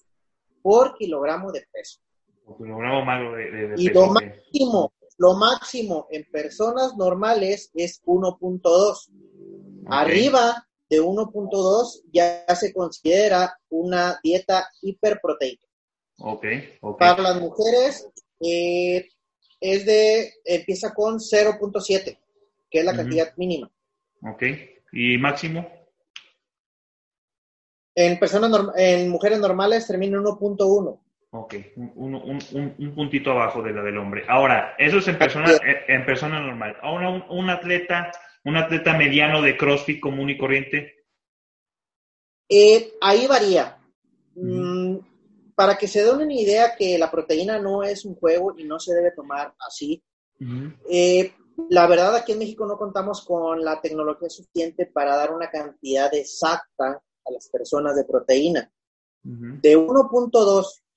por kilogramo de peso. Por kilogramo magro de, de, de y peso. lo máximo, lo máximo en personas normales es uno punto dos. Okay. Arriba de uno punto dos ya se considera una dieta hiperproteica. Okay, okay. Para las mujeres eh, es de empieza con cero punto siete, que es la uh-huh. cantidad mínima. Ok. ¿Y máximo? En personas norm- en mujeres normales termina en uno punto uno. Ok, un, un, un, un puntito abajo de la del hombre. Ahora, eso es en persona, en, en persona normal. Ahora, un, un atleta, un atleta mediano de CrossFit común y corriente. Eh, ahí varía. Uh-huh. Mm, para que se den una idea que la proteína no es un juego y no se debe tomar así. Uh-huh. Eh, la verdad, aquí en México no contamos con la tecnología suficiente para dar una cantidad exacta a las personas de proteína. Uh-huh. De uno punto dos,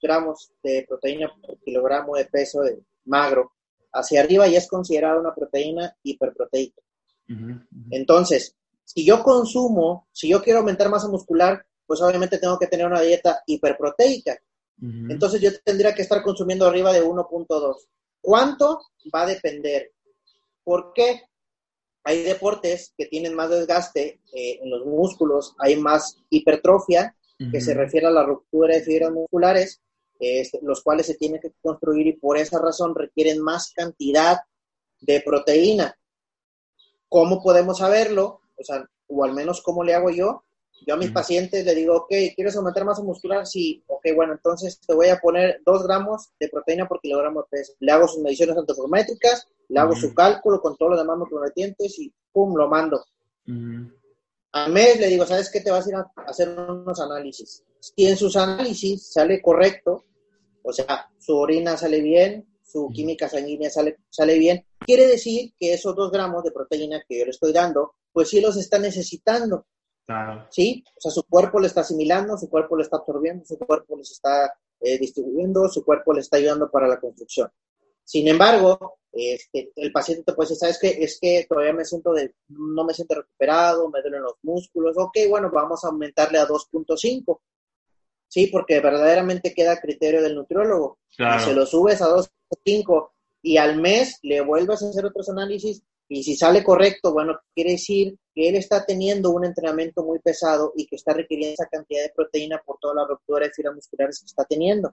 gramos de proteína por kilogramo de peso de magro hacia arriba ya es considerada una proteína hiperproteica. Uh-huh, uh-huh. Entonces, si yo consumo, si yo quiero aumentar masa muscular, pues obviamente tengo que tener una dieta hiperproteica. Uh-huh. Entonces yo tendría que estar consumiendo arriba de uno punto dos. ¿Cuánto? Va a depender. ¿Por qué? Hay deportes que tienen más desgaste eh, en los músculos, hay más hipertrofia, uh-huh. que se refiere a la ruptura de fibras musculares, eh, los cuales se tienen que construir y por esa razón requieren más cantidad de proteína. ¿Cómo podemos saberlo? O sea, o al menos cómo le hago yo. Yo a mis uh-huh. pacientes le digo, ok, ¿quieres aumentar masa muscular? Sí, ok, bueno, entonces te voy a poner dos gramos de proteína por kilogramo de peso. Le hago sus mediciones antropométricas, le hago uh-huh. su cálculo con todos los demás macronutrientes y pum, lo mando. Uh-huh. Al mes le digo, ¿sabes qué? Te vas a ir a hacer unos análisis. Si en sus análisis sale correcto, o sea, su orina sale bien, su uh-huh. química sanguínea sale, sale bien, quiere decir que esos dos gramos de proteína que yo le estoy dando, pues sí los está necesitando. Claro. ¿Sí? O sea, su cuerpo lo está asimilando, su cuerpo lo está absorbiendo, su cuerpo les está eh, distribuyendo, su cuerpo le está ayudando para la construcción. Sin embargo, este, el paciente te puede decir, ¿sabes qué? Es que todavía me siento de, no me siento recuperado, me duelen los músculos. Ok, bueno, vamos a aumentarle a dos punto cinco. Sí, porque verdaderamente queda a criterio del nutriólogo. Claro. Y se lo subes a dos punto cinco y al mes le vuelves a hacer otros análisis y si sale correcto, bueno, quiere decir que él está teniendo un entrenamiento muy pesado y que está requiriendo esa cantidad de proteína por toda la ruptura de fibras musculares que está teniendo.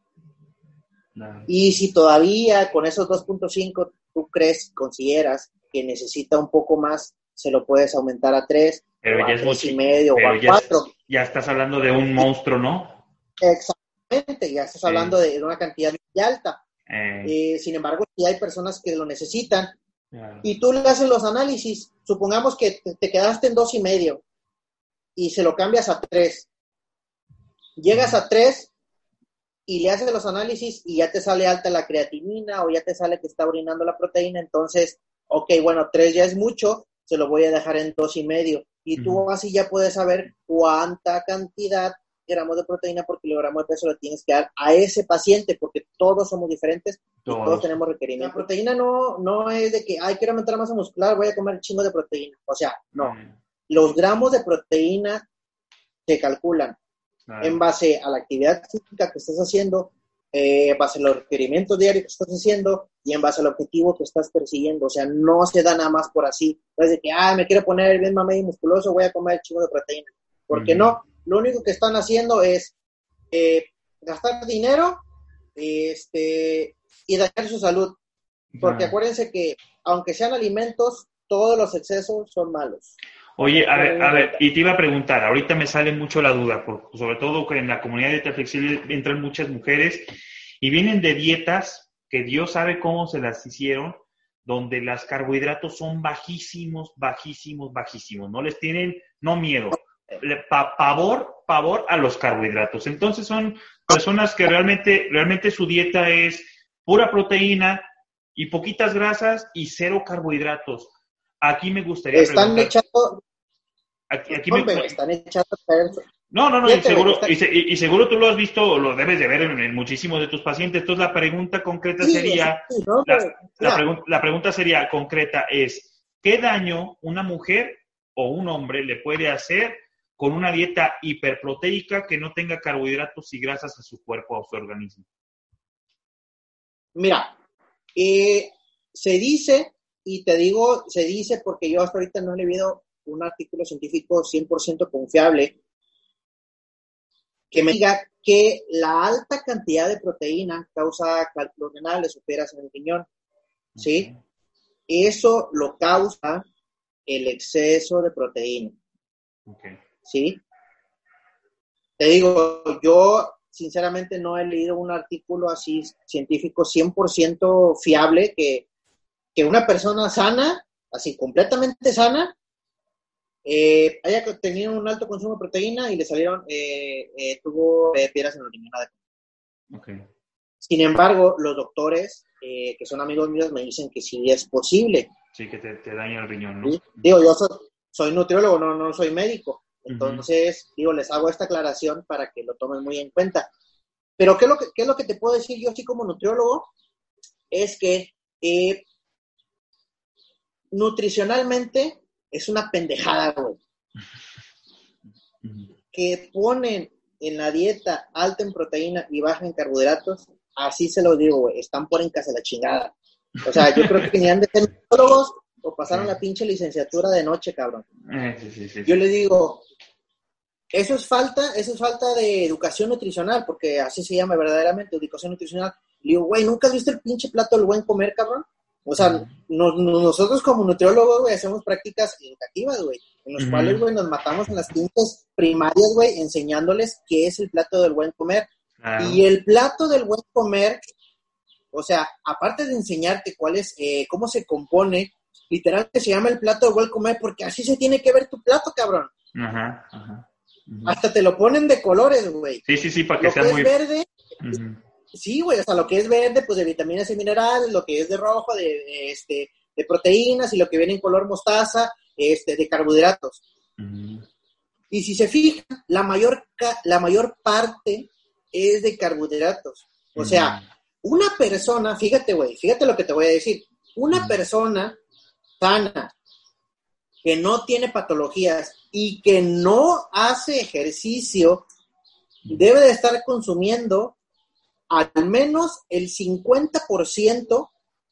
No. Y si todavía con esos dos punto cinco tú crees, consideras que necesita un poco más, se lo puedes aumentar a tres, pero o ya a es tres mucho, y medio o a ya cuatro. Es, ya estás hablando de un monstruo, ¿no? Exactamente, ya estás sí. hablando de, de una cantidad muy alta. Eh. Eh, sin embargo, si hay personas que lo necesitan, Claro. y tú le haces los análisis, supongamos que te, te quedaste en dos y medio y se lo cambias a tres. Llegas a tres y le haces los análisis y ya te sale alta la creatinina o ya te sale que está orinando la proteína, entonces, ok, bueno, tres ya es mucho, se lo voy a dejar en dos y medio. Y tú uh-huh. así ya puedes saber cuánta cantidad gramos de proteína por kilogramo de peso le tienes que dar a ese paciente, porque todos somos diferentes todos. y todos tenemos requerimientos. La proteína no, no es de que, ay, quiero aumentar masa muscular, voy a comer chingo de proteína. O sea, no. Mm. Los gramos de proteína se calculan ah. en base a la actividad física que estás haciendo, eh, en base a los requerimientos diarios que estás haciendo y en base al objetivo que estás persiguiendo. O sea, no se da nada más por así. No es de que, ay, me quiero poner bien mamey y musculoso, voy a comer chingo de proteína. Porque mm. no. Lo único que están haciendo es eh, gastar dinero este, y dañar su salud. Porque ah. acuérdense que, aunque sean alimentos, todos los excesos son malos. Oye, a ver, a ver, y te iba a preguntar, ahorita me sale mucho la duda, porque sobre todo que en la comunidad de dieta flexible entran muchas mujeres y vienen de dietas que Dios sabe cómo se las hicieron, donde los carbohidratos son bajísimos, bajísimos, bajísimos. No les tienen, no miedo. Pa- pavor, pavor a los carbohidratos. Entonces son personas que realmente, realmente su dieta es pura proteína y poquitas grasas y cero carbohidratos. Aquí me gustaría están preguntar... Echando, aquí, aquí me... Están echando... No, no, no, y seguro, y, se, y seguro tú lo has visto o lo debes de ver en, en muchísimos de tus pacientes. Entonces la pregunta concreta sí, sería... Sí, no, la, pero, la, pregun- la pregunta sería concreta es, ¿qué daño una mujer o un hombre le puede hacer con una dieta hiperproteica que no tenga carbohidratos y grasas a su cuerpo o a su organismo? Mira, eh, se dice, y te digo, se dice porque yo hasta ahorita no he leído un artículo científico cien por ciento confiable que me diga que la alta cantidad de proteína causa cálculos renales o piedras en el riñón, ¿sí? Okay. Eso lo causa el exceso de proteína. Okay. ¿Sí? Te digo, yo sinceramente no he leído un artículo así científico cien por ciento fiable que, que una persona sana, así completamente sana, eh, haya tenido un alto consumo de proteína y le salieron, eh, eh, tuvo eh, piedras en el riñón. Okay. Sin embargo, los doctores, eh, que son amigos míos, me dicen que sí es posible. Sí, que te, te daña el riñón, ¿no? ¿Sí? Digo, yo soy, soy nutriólogo, no, no soy médico. Entonces, uh-huh. digo, les hago esta aclaración para que lo tomen muy en cuenta. pero ¿qué es, lo que, ¿qué es lo que te puedo decir yo así como nutriólogo? Es que eh, nutricionalmente es una pendejada, güey. Que ponen en la dieta alta en proteína y baja en carbohidratos, así se lo digo, güey, están por en casa la chingada. O sea, yo creo que ni han de ser nutriólogos o pasaron sí. la pinche licenciatura de noche, cabrón. Eh, sí, sí, sí, yo sí. le digo, eso es falta, eso es falta de educación nutricional, porque así se llama verdaderamente, educación nutricional. Le digo, güey, ¿nunca has visto el pinche plato del buen comer, cabrón? O sea, uh-huh. no, no, nosotros como nutriólogos, güey, hacemos prácticas educativas, güey, en los uh-huh. cuales, güey, nos matamos en las quintas primarias, güey, enseñándoles qué es el plato del buen comer. Uh-huh. Y el plato del buen comer, o sea, aparte de enseñarte cuál es, eh, cómo se compone, literalmente se llama el plato del buen comer porque así se tiene que ver tu plato, cabrón. Ajá, uh-huh. ajá. Uh-huh. Uh-huh. Hasta te lo ponen de colores, güey. Sí, sí, sí, para que lo sea que muy... es verde... Uh-huh. Sí, güey, o sea, lo que es verde, pues de vitaminas y minerales, lo que es de rojo, de, este, de proteínas, y lo que viene en color mostaza, este, de carbohidratos. Uh-huh. Y si se fijan, la mayor, la mayor parte es de carbohidratos. O uh-huh. sea, una persona, fíjate, güey, fíjate lo que te voy a decir. Una uh-huh. persona sana, que no tiene patologías y que no hace ejercicio, uh-huh. debe de estar consumiendo al menos el cincuenta por ciento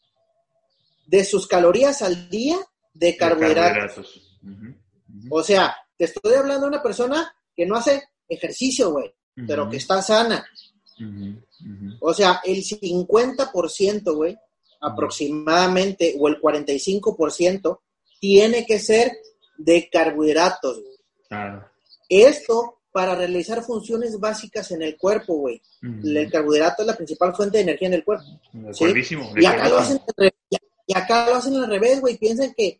de sus calorías al día de carbohidratos. De carbohidratos. Uh-huh. Uh-huh. O sea, te estoy hablando de una persona que no hace ejercicio, güey, uh-huh. pero que está sana. Uh-huh. Uh-huh. O sea, el cincuenta por ciento, güey, uh-huh. aproximadamente, o el cuarenta y cinco por ciento, tiene que ser de carbohidratos. Claro. Esto para realizar funciones básicas en el cuerpo, güey. Uh-huh. El carbohidrato es la principal fuente de energía en el cuerpo. ¿Sí? Y, acá lo hacen, y acá lo hacen al revés, güey. Piensan que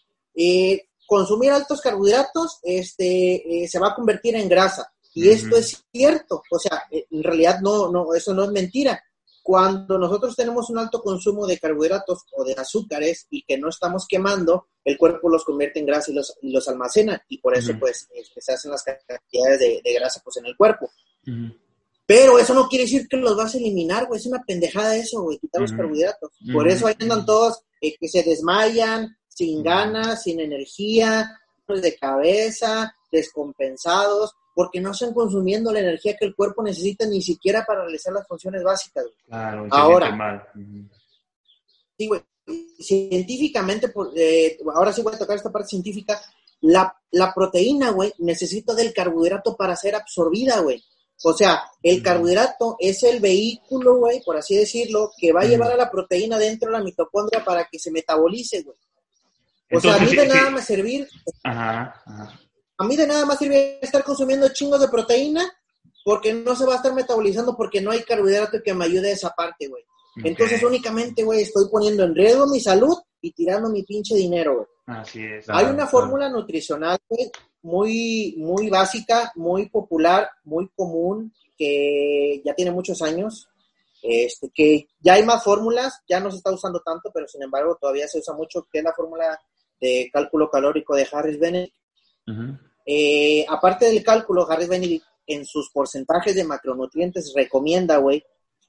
eh, consumir altos carbohidratos este, eh, se va a convertir en grasa. Y uh-huh. esto es cierto. O sea, en realidad no, no, eso no es mentira. Cuando nosotros tenemos un alto consumo de carbohidratos o de azúcares y que no estamos quemando, el cuerpo los convierte en grasa y los, y los almacena. Y por eso, uh-huh. pues, este, se hacen las cantidades de, de grasa pues, en el cuerpo. Uh-huh. Pero eso no quiere decir que los vas a eliminar, güey. Es una pendejada eso, güey, quitar uh-huh. los carbohidratos. Uh-huh. Por eso ahí andan todos eh, que se desmayan, sin ganas, sin energía, de cabeza, descompensados, porque no están consumiendo la energía que el cuerpo necesita ni siquiera para realizar las funciones básicas. Güey. Claro, ahora, mal. Uh-huh. sí, güey, científicamente, eh, ahora sí voy a tocar esta parte científica, la, la proteína, güey, necesita del carbohidrato para ser absorbida, güey. O sea, el uh-huh. carbohidrato es el vehículo, güey, por así decirlo, que va a uh-huh. llevar a la proteína dentro de la mitocondria para que se metabolice, güey. O Entonces, sea, a mí de sí, nada sí. más servir... Ajá, ajá. A mí de nada más sirve estar consumiendo chingos de proteína porque no se va a estar metabolizando porque no hay carbohidrato que me ayude a esa parte, güey. Okay. Entonces, únicamente, güey, estoy poniendo en riesgo mi salud y tirando mi pinche dinero, güey. Así es. Hay ah, una ah. fórmula nutricional, güey, muy, muy básica, muy popular, muy común, que ya tiene muchos años, este, que ya hay más fórmulas, ya no se está usando tanto, pero sin embargo todavía se usa mucho, que es la fórmula de cálculo calórico de Harris-Benedict. Uh-huh. Eh, aparte del cálculo, Harris-Benedict en sus porcentajes de macronutrientes recomienda, güey,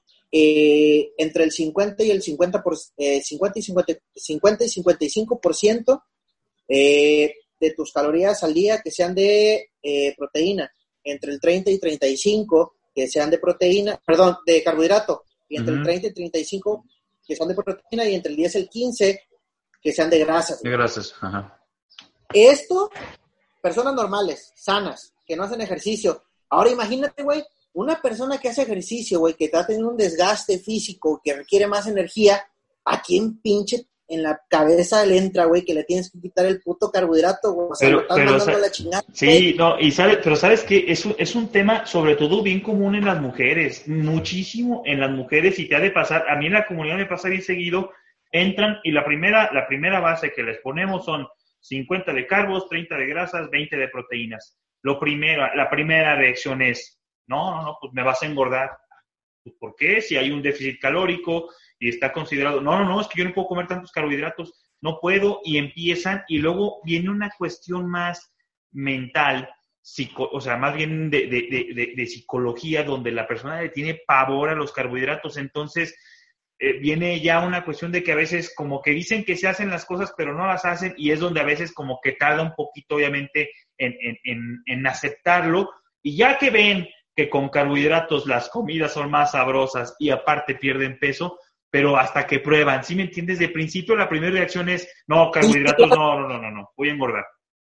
eh, entre el cincuenta y el cincuenta por, eh, cincuenta y cincuenta, cincuenta y cincuenta y cinco por ciento eh, de tus calorías al día que sean de eh, proteína, entre el treinta y treinta y cinco que sean de proteína, perdón, de carbohidrato, y entre uh-huh. el treinta y treinta y cinco que sean de proteína, y entre el diez y el quince que sean de grasas. De grasas, ajá. Esto, personas normales, sanas, que no hacen ejercicio. Ahora imagínate, güey, una persona que hace ejercicio, güey, que está teniendo un desgaste físico, que requiere más energía, ¿a quién pinche en la cabeza le entra, güey, que le tienes que quitar el puto carbohidrato, güey? O sea, pero, lo estás pero, mandando o sea, a la chingada. Sí, güey. no, y sabes, pero sabes que es un, es un tema sobre todo bien común en las mujeres, muchísimo en las mujeres, y te ha de pasar, a mí en la comunidad me pasa bien seguido, entran y la primera, la primera base que les ponemos son cincuenta de carbos, treinta de grasas, veinte de proteínas. Lo primero, la primera reacción es, no, no, no, pues me vas a engordar. Pues, ¿por qué? Si hay un déficit calórico y está considerado, no, no, no, es que yo no puedo comer tantos carbohidratos, no puedo, y empiezan, y luego viene una cuestión más mental, psico, o sea, más bien de, de, de, de, de psicología, donde la persona le tiene pavor a los carbohidratos. Entonces, eh, viene ya una cuestión de que a veces como que dicen que se hacen las cosas, pero no las hacen, y es donde a veces como que tarda un poquito, obviamente, en, en, en, en aceptarlo. Y ya que ven que con carbohidratos las comidas son más sabrosas y aparte pierden peso, pero hasta que prueban, ¿sí me entiendes? De principio la primera reacción es, no, carbohidratos, no, no, no, no, no, voy a engordar.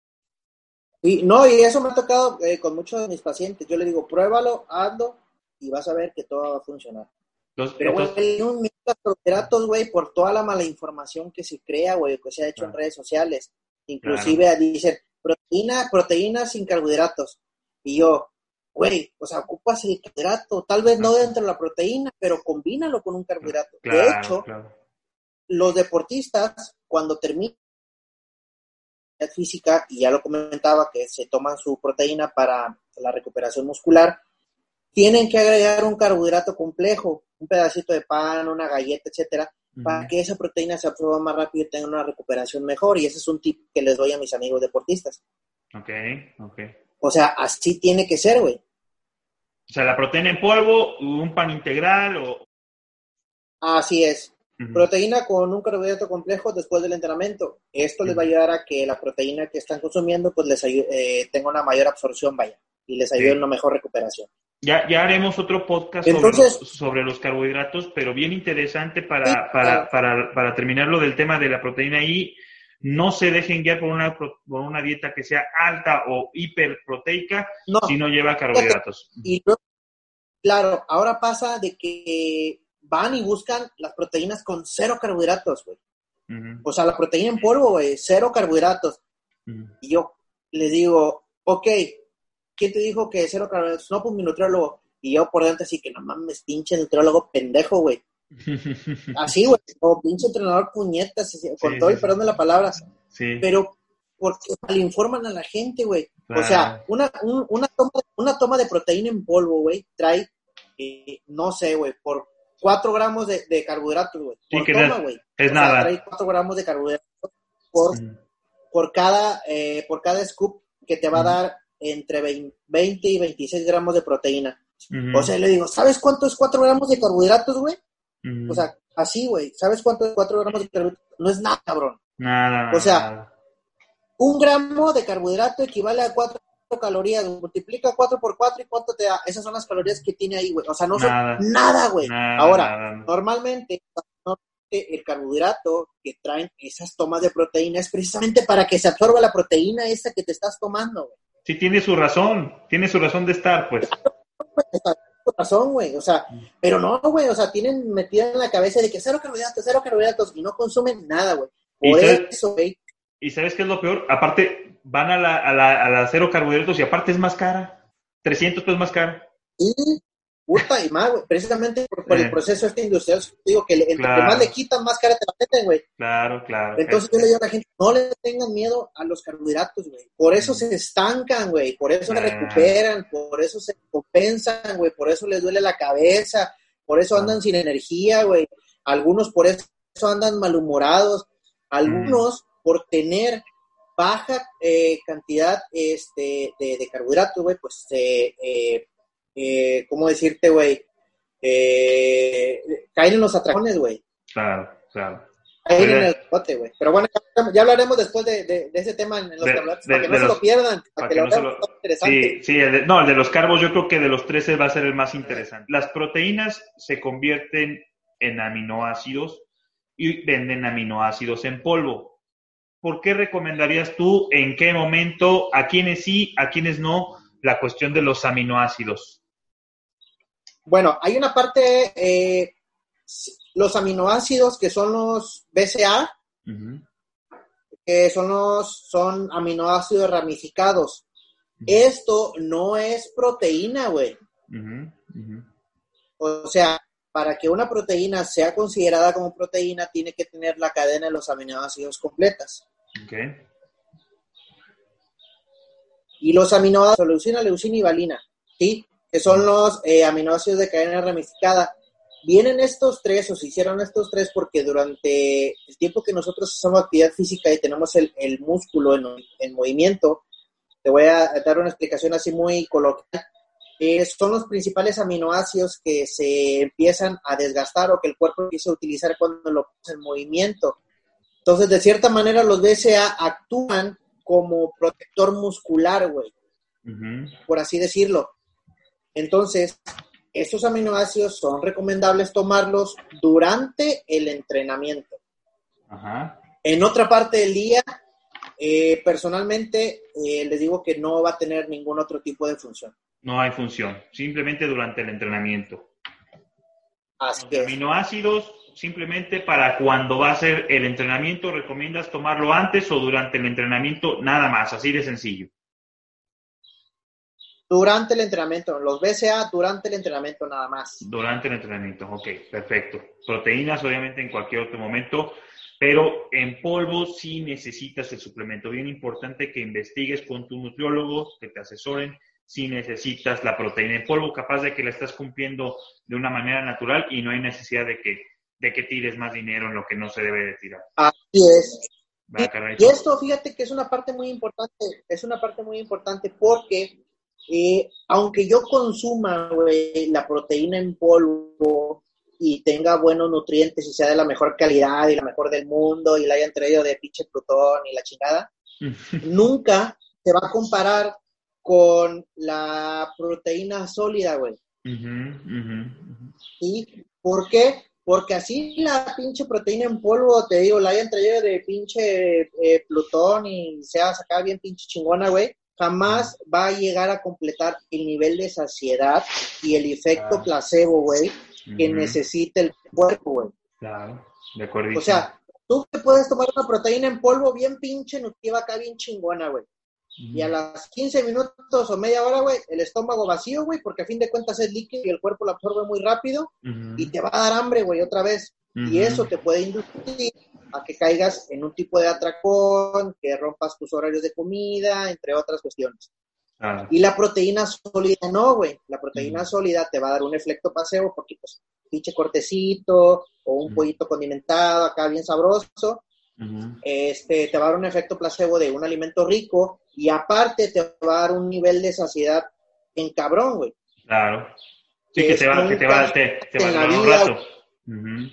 Y no, y eso me ha tocado eh, con muchos de mis pacientes. Yo le digo, pruébalo, hazlo, y vas a ver que todo va a funcionar. Entonces, pero, güey, entonces... un mito de carbohidratos, güey, por toda la mala información que se crea, güey, que se ha hecho claro. en redes sociales. Inclusive claro. dicen, proteína, proteína sin carbohidratos. Y yo, güey, o sea, ocupas el carbohidrato, tal vez no dentro de la proteína, pero combínalo con un carbohidrato. Claro, de hecho, claro. los deportistas, cuando terminan física, y ya lo comentaba, que se toman su proteína para la recuperación muscular, tienen que agregar un carbohidrato complejo, un pedacito de pan, una galleta, etcétera, uh-huh. para que esa proteína se absorba más rápido y tenga una recuperación mejor. Y ese es un tip que les doy a mis amigos deportistas. Ok, ok. O sea, así tiene que ser, güey. O sea, la proteína en polvo, un pan integral o... Así es. Uh-huh. Proteína con un carbohidrato complejo después del entrenamiento. Esto uh-huh. les va a ayudar a que la proteína que están consumiendo pues les ayude, eh, tenga una mayor absorción, vaya, y les ayude sí. a una mejor recuperación. Ya, ya haremos otro podcast Entonces, sobre, los, sobre los carbohidratos, pero bien interesante para, sí, para, para, para terminar lo del tema de la proteína. Y no se dejen guiar por una, por una dieta que sea alta o hiperproteica no, si no lleva carbohidratos. Y luego, claro, ahora pasa de que van y buscan las proteínas con cero carbohidratos, güey. Uh-huh. O sea, la proteína en polvo, güey, cero carbohidratos. Uh-huh. Y yo les digo, ok, ¿quién te dijo que cero carbohidratos? No, pues mi nutriólogo. Y yo por dentro así que no mames, pinche nutriólogo pendejo, güey. Así, güey, como pinche entrenador puñetas, así, con sí, todo sí, el perdón sí. de la palabra. Sí. Pero porque le informan a la gente, güey. Claro. O sea, una, un, una, toma, una toma de proteína en polvo, güey, trae, eh, no sé, güey, por cuatro gramos de, de carbohidratos, güey. Sí, por que toma, güey. Es o nada. Sea, trae cuatro gramos de carbohidratos por, mm. por, cada, eh, por cada scoop que te va mm. a dar entre veinte y veintiséis gramos de proteína. Mm. O sea, le digo, ¿sabes cuánto es cuatro gramos de carbohidratos, güey? Mm. O sea, así, güey. ¿Sabes cuánto es cuatro gramos de carbohidratos? No es nada, cabrón. Nada. O sea, nada. un gramo de carbohidrato equivale a cuatro calorías. Multiplica cuatro por cuatro y ¿cuánto te da? Esas son las calorías que tiene ahí, güey. O sea, no nada. son nada, güey. Nada, Ahora, nada. normalmente, el carbohidrato que traen esas tomas de proteína es precisamente para que se absorba la proteína esa que te estás tomando, güey. Sí, tiene su razón. Tiene su razón de estar, pues. razón, güey, o sea, pero no, güey, o sea, tienen metida en la cabeza de que cero carbohidratos, cero carbohidratos y no consumen nada, güey. Por eso, güey. ¿Y sabes qué es lo peor? Aparte, van a la, a la, a la cero carbohidratos y aparte es más cara. trescientos pesos más cara. Sí, puta y más, güey, precisamente por, por eh. el proceso este industrial, digo que le, entre claro. más le quitan, más cara te la meten, güey. Claro, claro. Entonces eh. yo le digo a la gente, no le tengan miedo a los carbohidratos, güey. Por eso mm. se estancan, güey, por eso eh. se recuperan, por eso se compensan, güey, por eso les duele la cabeza, por eso andan mm. sin energía, güey. Algunos por eso andan malhumorados, algunos mm. por tener baja eh, cantidad este, de, de carbohidratos, güey, pues eh, eh, Eh, ¿cómo decirte, güey? Eh, caen en los atracones, güey. Claro, claro. Caen en el bote, güey. Pero bueno, ya, ya hablaremos después de, de, de ese tema en los de, carbohidratos, de, para que no los, se lo pierdan, para, para que, que lo vean lo, interesante. Sí, sí el de, no, el de los carbos yo creo que de los trece va a ser el más interesante. Las proteínas se convierten en aminoácidos y venden aminoácidos en polvo. ¿Por qué recomendarías tú, en qué momento, a quiénes sí, a quiénes no, la cuestión de los aminoácidos? Bueno, hay una parte, eh, los aminoácidos que son los B C A, uh-huh. que son los son aminoácidos ramificados. Uh-huh. Esto no es proteína, güey. Uh-huh. Uh-huh. O sea, para que una proteína sea considerada como proteína, tiene que tener la cadena de los aminoácidos completas. Okay. Y los aminoácidos, leucina, leucina y valina, ¿sí? Que son los eh, aminoácidos de cadena ramificada. Vienen estos tres, o se hicieron estos tres, porque durante el tiempo que nosotros hacemos actividad física y tenemos el, el músculo en, en movimiento, te voy a dar una explicación así muy coloquial. Eh, son los principales aminoácidos que se empiezan a desgastar o que el cuerpo empieza a utilizar cuando lo pones en movimiento. Entonces, de cierta manera, los B C A actúan como protector muscular, güey, uh-huh. por así decirlo. Entonces, estos aminoácidos son recomendables tomarlos durante el entrenamiento. Uh-huh. En otra parte del día, eh, personalmente, eh, les digo que no va a tener ningún otro tipo de función. No hay función, simplemente durante el entrenamiento. Así Los aminoácidos, simplemente para cuando va a ser el entrenamiento, ¿recomiendas tomarlo antes o durante el entrenamiento? Nada más, así de sencillo. Durante el entrenamiento, los B C A durante el entrenamiento nada más. Durante el entrenamiento, ok, perfecto. Proteínas obviamente en cualquier otro momento, pero en polvo sí necesitas el suplemento. Bien importante que investigues con tu nutriólogo, que te asesoren si necesitas la proteína en polvo, capaz de que la estás cumpliendo de una manera natural y no hay necesidad de que, de que tires más dinero en lo que no se debe de tirar. Así es. Va, y, y esto, fíjate que es una parte muy importante, es una parte muy importante porque Eh, aunque yo consuma, güey, la proteína en polvo y tenga buenos nutrientes y sea de la mejor calidad y la mejor del mundo y la hayan traído de pinche Plutón y la chingada, nunca se va a comparar con la proteína sólida, güey. Uh-huh, uh-huh, uh-huh. ¿Y por qué? Porque así la pinche proteína en polvo, te digo, la hayan traído de pinche eh, Plutón y sea sacada bien pinche chingona, güey, jamás va a llegar a completar el nivel de saciedad y el efecto ah. placebo, güey, que uh-huh. necesita el cuerpo, güey. Claro, de acuerdo. O sea, tú te puedes tomar una proteína en polvo bien pinche nutritiva acá, bien chingona, güey. Uh-huh. Y a las quince minutos o media hora, güey, el estómago vacío, güey, porque a fin de cuentas es líquido y el cuerpo lo absorbe muy rápido uh-huh. y te va a dar hambre, güey, otra vez. Uh-huh. Y eso te puede inducir a que caigas en un tipo de atracón, que rompas tus horarios de comida, entre otras cuestiones. Ah. Y la proteína sólida no, güey. La proteína mm. sólida te va a dar un efecto placebo porque, pues, pinche cortecito o un mm. pollito condimentado acá bien sabroso, mm. este, te va a dar un efecto placebo de un alimento rico y aparte te va a dar un nivel de saciedad en cabrón, güey. Claro. Sí, que, que te va, que te va, te, te va a dar un rato. Uh-huh.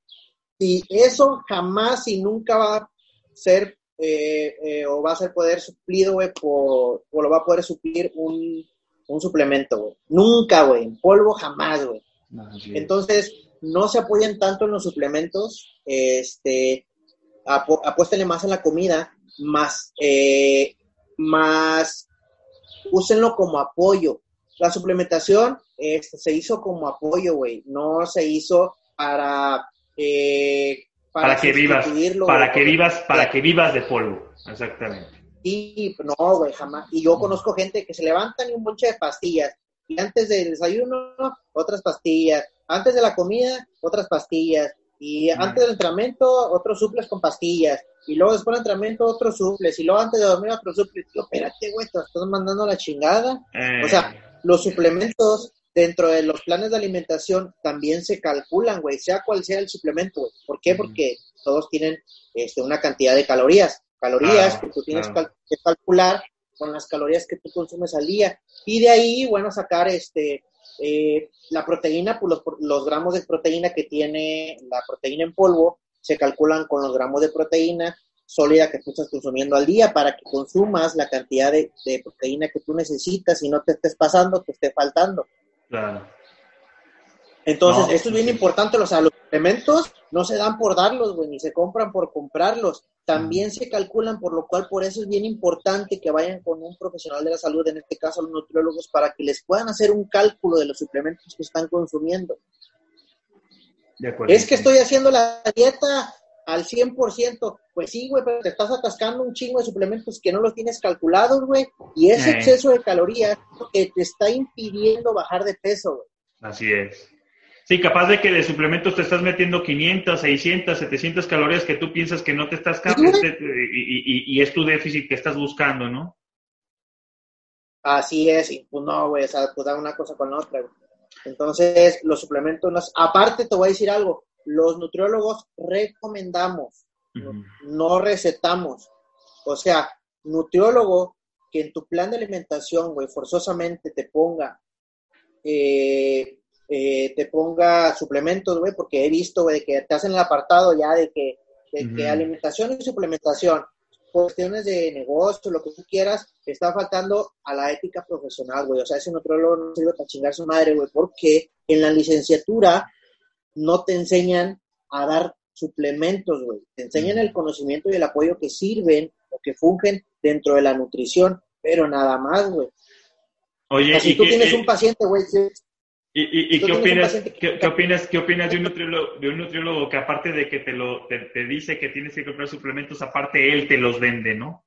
Y eso jamás y nunca va a ser eh, eh, o va a ser poder suplido, güey, por, o lo va a poder suplir un, un suplemento, güey. Nunca, güey. En polvo jamás, güey. No, entonces, no se apoyen tanto en los suplementos. Este, apu- apuéstenle más en la comida, más, eh, más, úsenlo como apoyo. La suplementación este, se hizo como apoyo, güey. No se hizo para... Eh, para, para que vivas para que vivas para que vivas de polvo, exactamente. Y no, güey, jamás. Y yo conozco gente que se levantan y un bonche de pastillas y antes del desayuno otras pastillas, antes de la comida otras pastillas y mm. antes del entrenamiento otros suples con pastillas y luego después del entrenamiento otros suples y luego antes de dormir otros suples. Yo, espérate, güey, te estás mandando la chingada. Eh. O sea, los suplementos dentro de los planes de alimentación también se calculan, güey, sea cual sea el suplemento, güey. ¿Por qué? Porque todos tienen este, una cantidad de calorías. Calorías ah, que tú tienes ah. que calcular con las calorías que tú consumes al día. Y de ahí, bueno, sacar este eh, la proteína, pues los, los gramos de proteína que tiene la proteína en polvo se calculan con los gramos de proteína sólida que tú estás consumiendo al día para que consumas la cantidad de, de proteína que tú necesitas y no te estés pasando, te esté faltando. Claro. Entonces, no, esto es bien sí. importante, o sea, los suplementos no se dan por darlos, güey, ni se compran por comprarlos, también mm. se calculan, por lo cual por eso es bien importante que vayan con un profesional de la salud, en este caso los nutriólogos, para que les puedan hacer un cálculo de los suplementos que están consumiendo. De acuerdo. Es que estoy haciendo la dieta al cien por ciento, pues sí, güey, pero te estás atascando un chingo de suplementos que no los tienes calculados, güey, y ese eh. exceso de calorías que te está impidiendo bajar de peso, güey. Así es. Sí, capaz de que de suplementos te estás metiendo quinientas, seiscientas, setecientas calorías que tú piensas que no te estás capando, ¿sí? y, y, y es tu déficit que estás buscando, ¿no? Así es, y pues no, güey, o sea, pues da una cosa con la otra, güey. Entonces, los suplementos, no, aparte te voy a decir algo, los nutriólogos recomendamos, uh-huh. no recetamos. O sea, nutriólogo que en tu plan de alimentación, güey, forzosamente te ponga, eh, eh, te ponga suplementos, güey, porque he visto, güey, que te hacen el apartado ya de que, de uh-huh. que alimentación y suplementación, cuestiones de negocio, lo que tú quieras, está faltando a la ética profesional, güey. O sea, ese nutriólogo no sirve para chingar su madre, güey, porque en la licenciatura no te enseñan a dar suplementos, güey. Te enseñan el conocimiento y el apoyo que sirven o que fungen dentro de la nutrición, pero nada más, güey. Oye, o sea, si tú que, tienes eh, un paciente, güey, si, ¿Y, y, si y qué opinas, que... ¿qué, qué opinas, qué opinas de un nutriólogo, de un nutriólogo que aparte de que te lo te, te dice que tienes que comprar suplementos, aparte él te los vende, ¿no?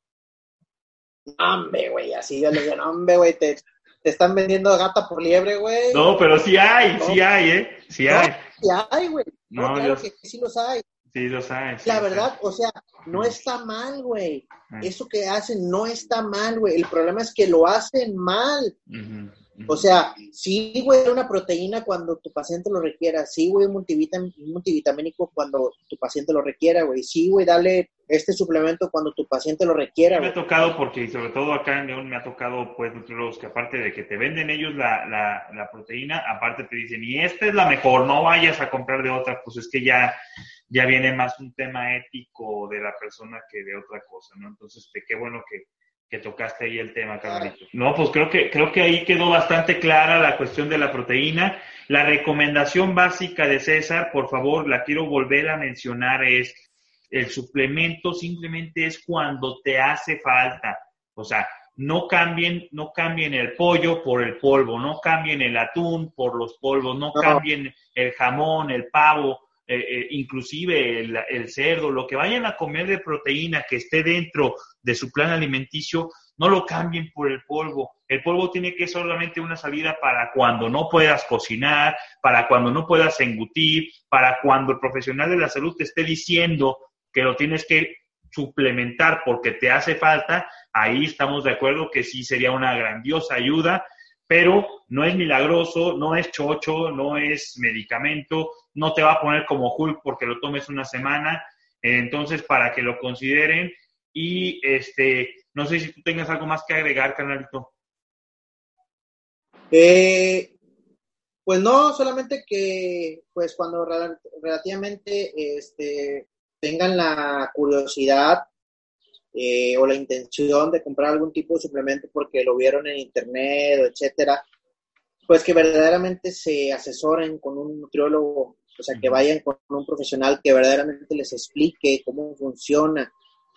Hombre, güey, así yo le digo, hombre, güey, te, te están vendiendo gata por liebre, güey. No, pero sí hay, no. sí hay, ¿eh? Sí no, hay. Sí hay, güey. No, no, claro yo... que sí los hay. Sí los hay. Sí La los verdad, hay. o sea, no está mal, güey. Eso que hacen no está mal, güey. El problema es que lo hacen mal. Uh-huh. O sea, sí, güey, una proteína cuando tu paciente lo requiera. Sí, güey, un multivitam- multivitamínico cuando tu paciente lo requiera, güey. Sí, güey, dale este suplemento cuando tu paciente lo requiera, güey. Me ha tocado porque, sobre todo acá en León, me ha tocado, pues, nutriólogos que aparte de que te venden ellos la, la, la proteína, aparte te dicen, y esta es la mejor, no vayas a comprar de otra. Pues es que ya, ya viene más un tema ético de la persona que de otra cosa, ¿no? Entonces, este, qué bueno que que tocaste ahí el tema, Carnalito. No, pues creo que creo que ahí quedó bastante clara la cuestión de la proteína. La recomendación básica de César, por favor, la quiero volver a mencionar, es el suplemento simplemente es cuando te hace falta. O sea, no cambien, no cambien el pollo por el polvo, no cambien el atún por los polvos, no, no. cambien el jamón, el pavo, eh, eh, inclusive el, el cerdo, lo que vayan a comer de proteína que esté dentro de su plan alimenticio, no lo cambien por el polvo. El polvo tiene que ser solamente una salida para cuando no puedas cocinar, para cuando no puedas engultir, para cuando el profesional de la salud te esté diciendo que lo tienes que suplementar porque te hace falta. Ahí estamos de acuerdo que sí sería una grandiosa ayuda, pero no es milagroso, no es chocho, no es medicamento, no te va a poner como Hulk porque lo tomes una semana. Entonces, para que lo consideren. Y este, no sé si tú tengas algo más que agregar, Carnalito. Eh, pues no, solamente que pues cuando rel- relativamente este, tengan la curiosidad eh, o la intención de comprar algún tipo de suplemento porque lo vieron en internet, etcétera, pues que verdaderamente se asesoren con un nutriólogo, o sea, que vayan con un profesional que verdaderamente les explique cómo funciona.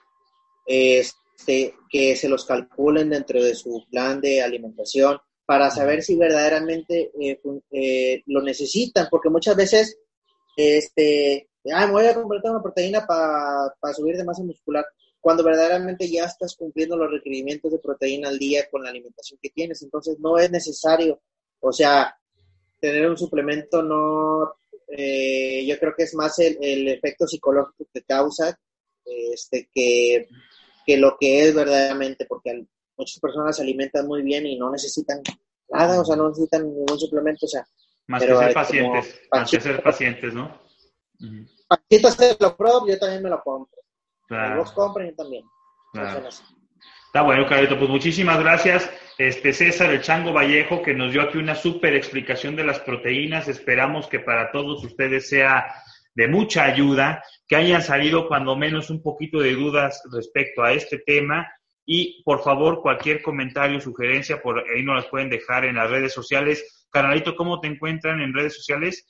Este, que se los calculen dentro de su plan de alimentación para saber si verdaderamente eh, eh, lo necesitan, porque muchas veces este, ah, me voy a comprar una proteína para pa subir de masa muscular, cuando verdaderamente ya estás cumpliendo los requerimientos de proteína al día con la alimentación que tienes. Entonces no es necesario, o sea, tener un suplemento no, eh, yo creo que es más el, el efecto psicológico que causa este que que lo que es verdaderamente, porque muchas personas se alimentan muy bien y no necesitan nada, o sea, no necesitan ningún suplemento, o sea. Más pero que ser pacientes, más que ser pacientes, ¿no? Paquito se lo compro, yo también me lo compro. Claro. Los compren, yo también. Claro. Está bueno, Carlito, pues muchísimas gracias. Este César el Chango Vallejo, que nos dio aquí una súper explicación de las proteínas. Esperamos que para todos ustedes sea de mucha ayuda, que hayan salido cuando menos un poquito de dudas respecto a este tema y por favor cualquier comentario, sugerencia, por ahí nos las pueden dejar en las redes sociales. Carnalito, ¿cómo te encuentran en redes sociales?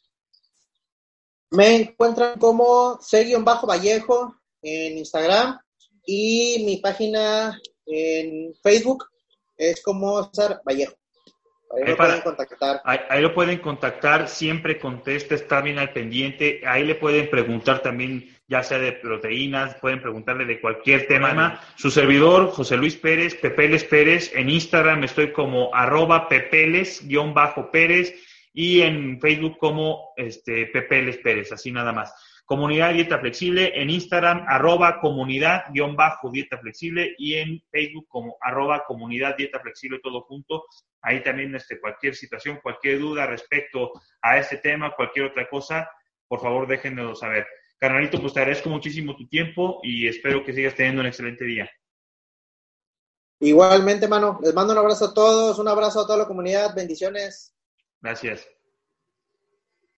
Me encuentran como C-Vallejo en Instagram y mi página en Facebook es como César Vallejo. Ahí, ahí, lo para, pueden contactar. Ahí, ahí lo pueden contactar, siempre contesta, está bien al pendiente. Ahí le pueden preguntar también, ya sea de proteínas, pueden preguntarle de cualquier tema. Su servidor, José Luis Pérez, Pepeles Pérez. En Instagram estoy como arroba pepeles-pérez y en Facebook como este, Pepeles Pérez, así nada más. Comunidad Dieta Flexible, en Instagram, arroba comunidad-dieta flexible y en Facebook como arroba comunidad dieta flexible, todo junto. Ahí también este, cualquier situación, cualquier duda respecto a este tema, cualquier otra cosa, por favor déjenmelo saber. Carnalito, pues te agradezco muchísimo tu tiempo y espero que sigas teniendo un excelente día. Igualmente, mano, les mando un abrazo a todos, un abrazo a toda la comunidad, bendiciones. Gracias.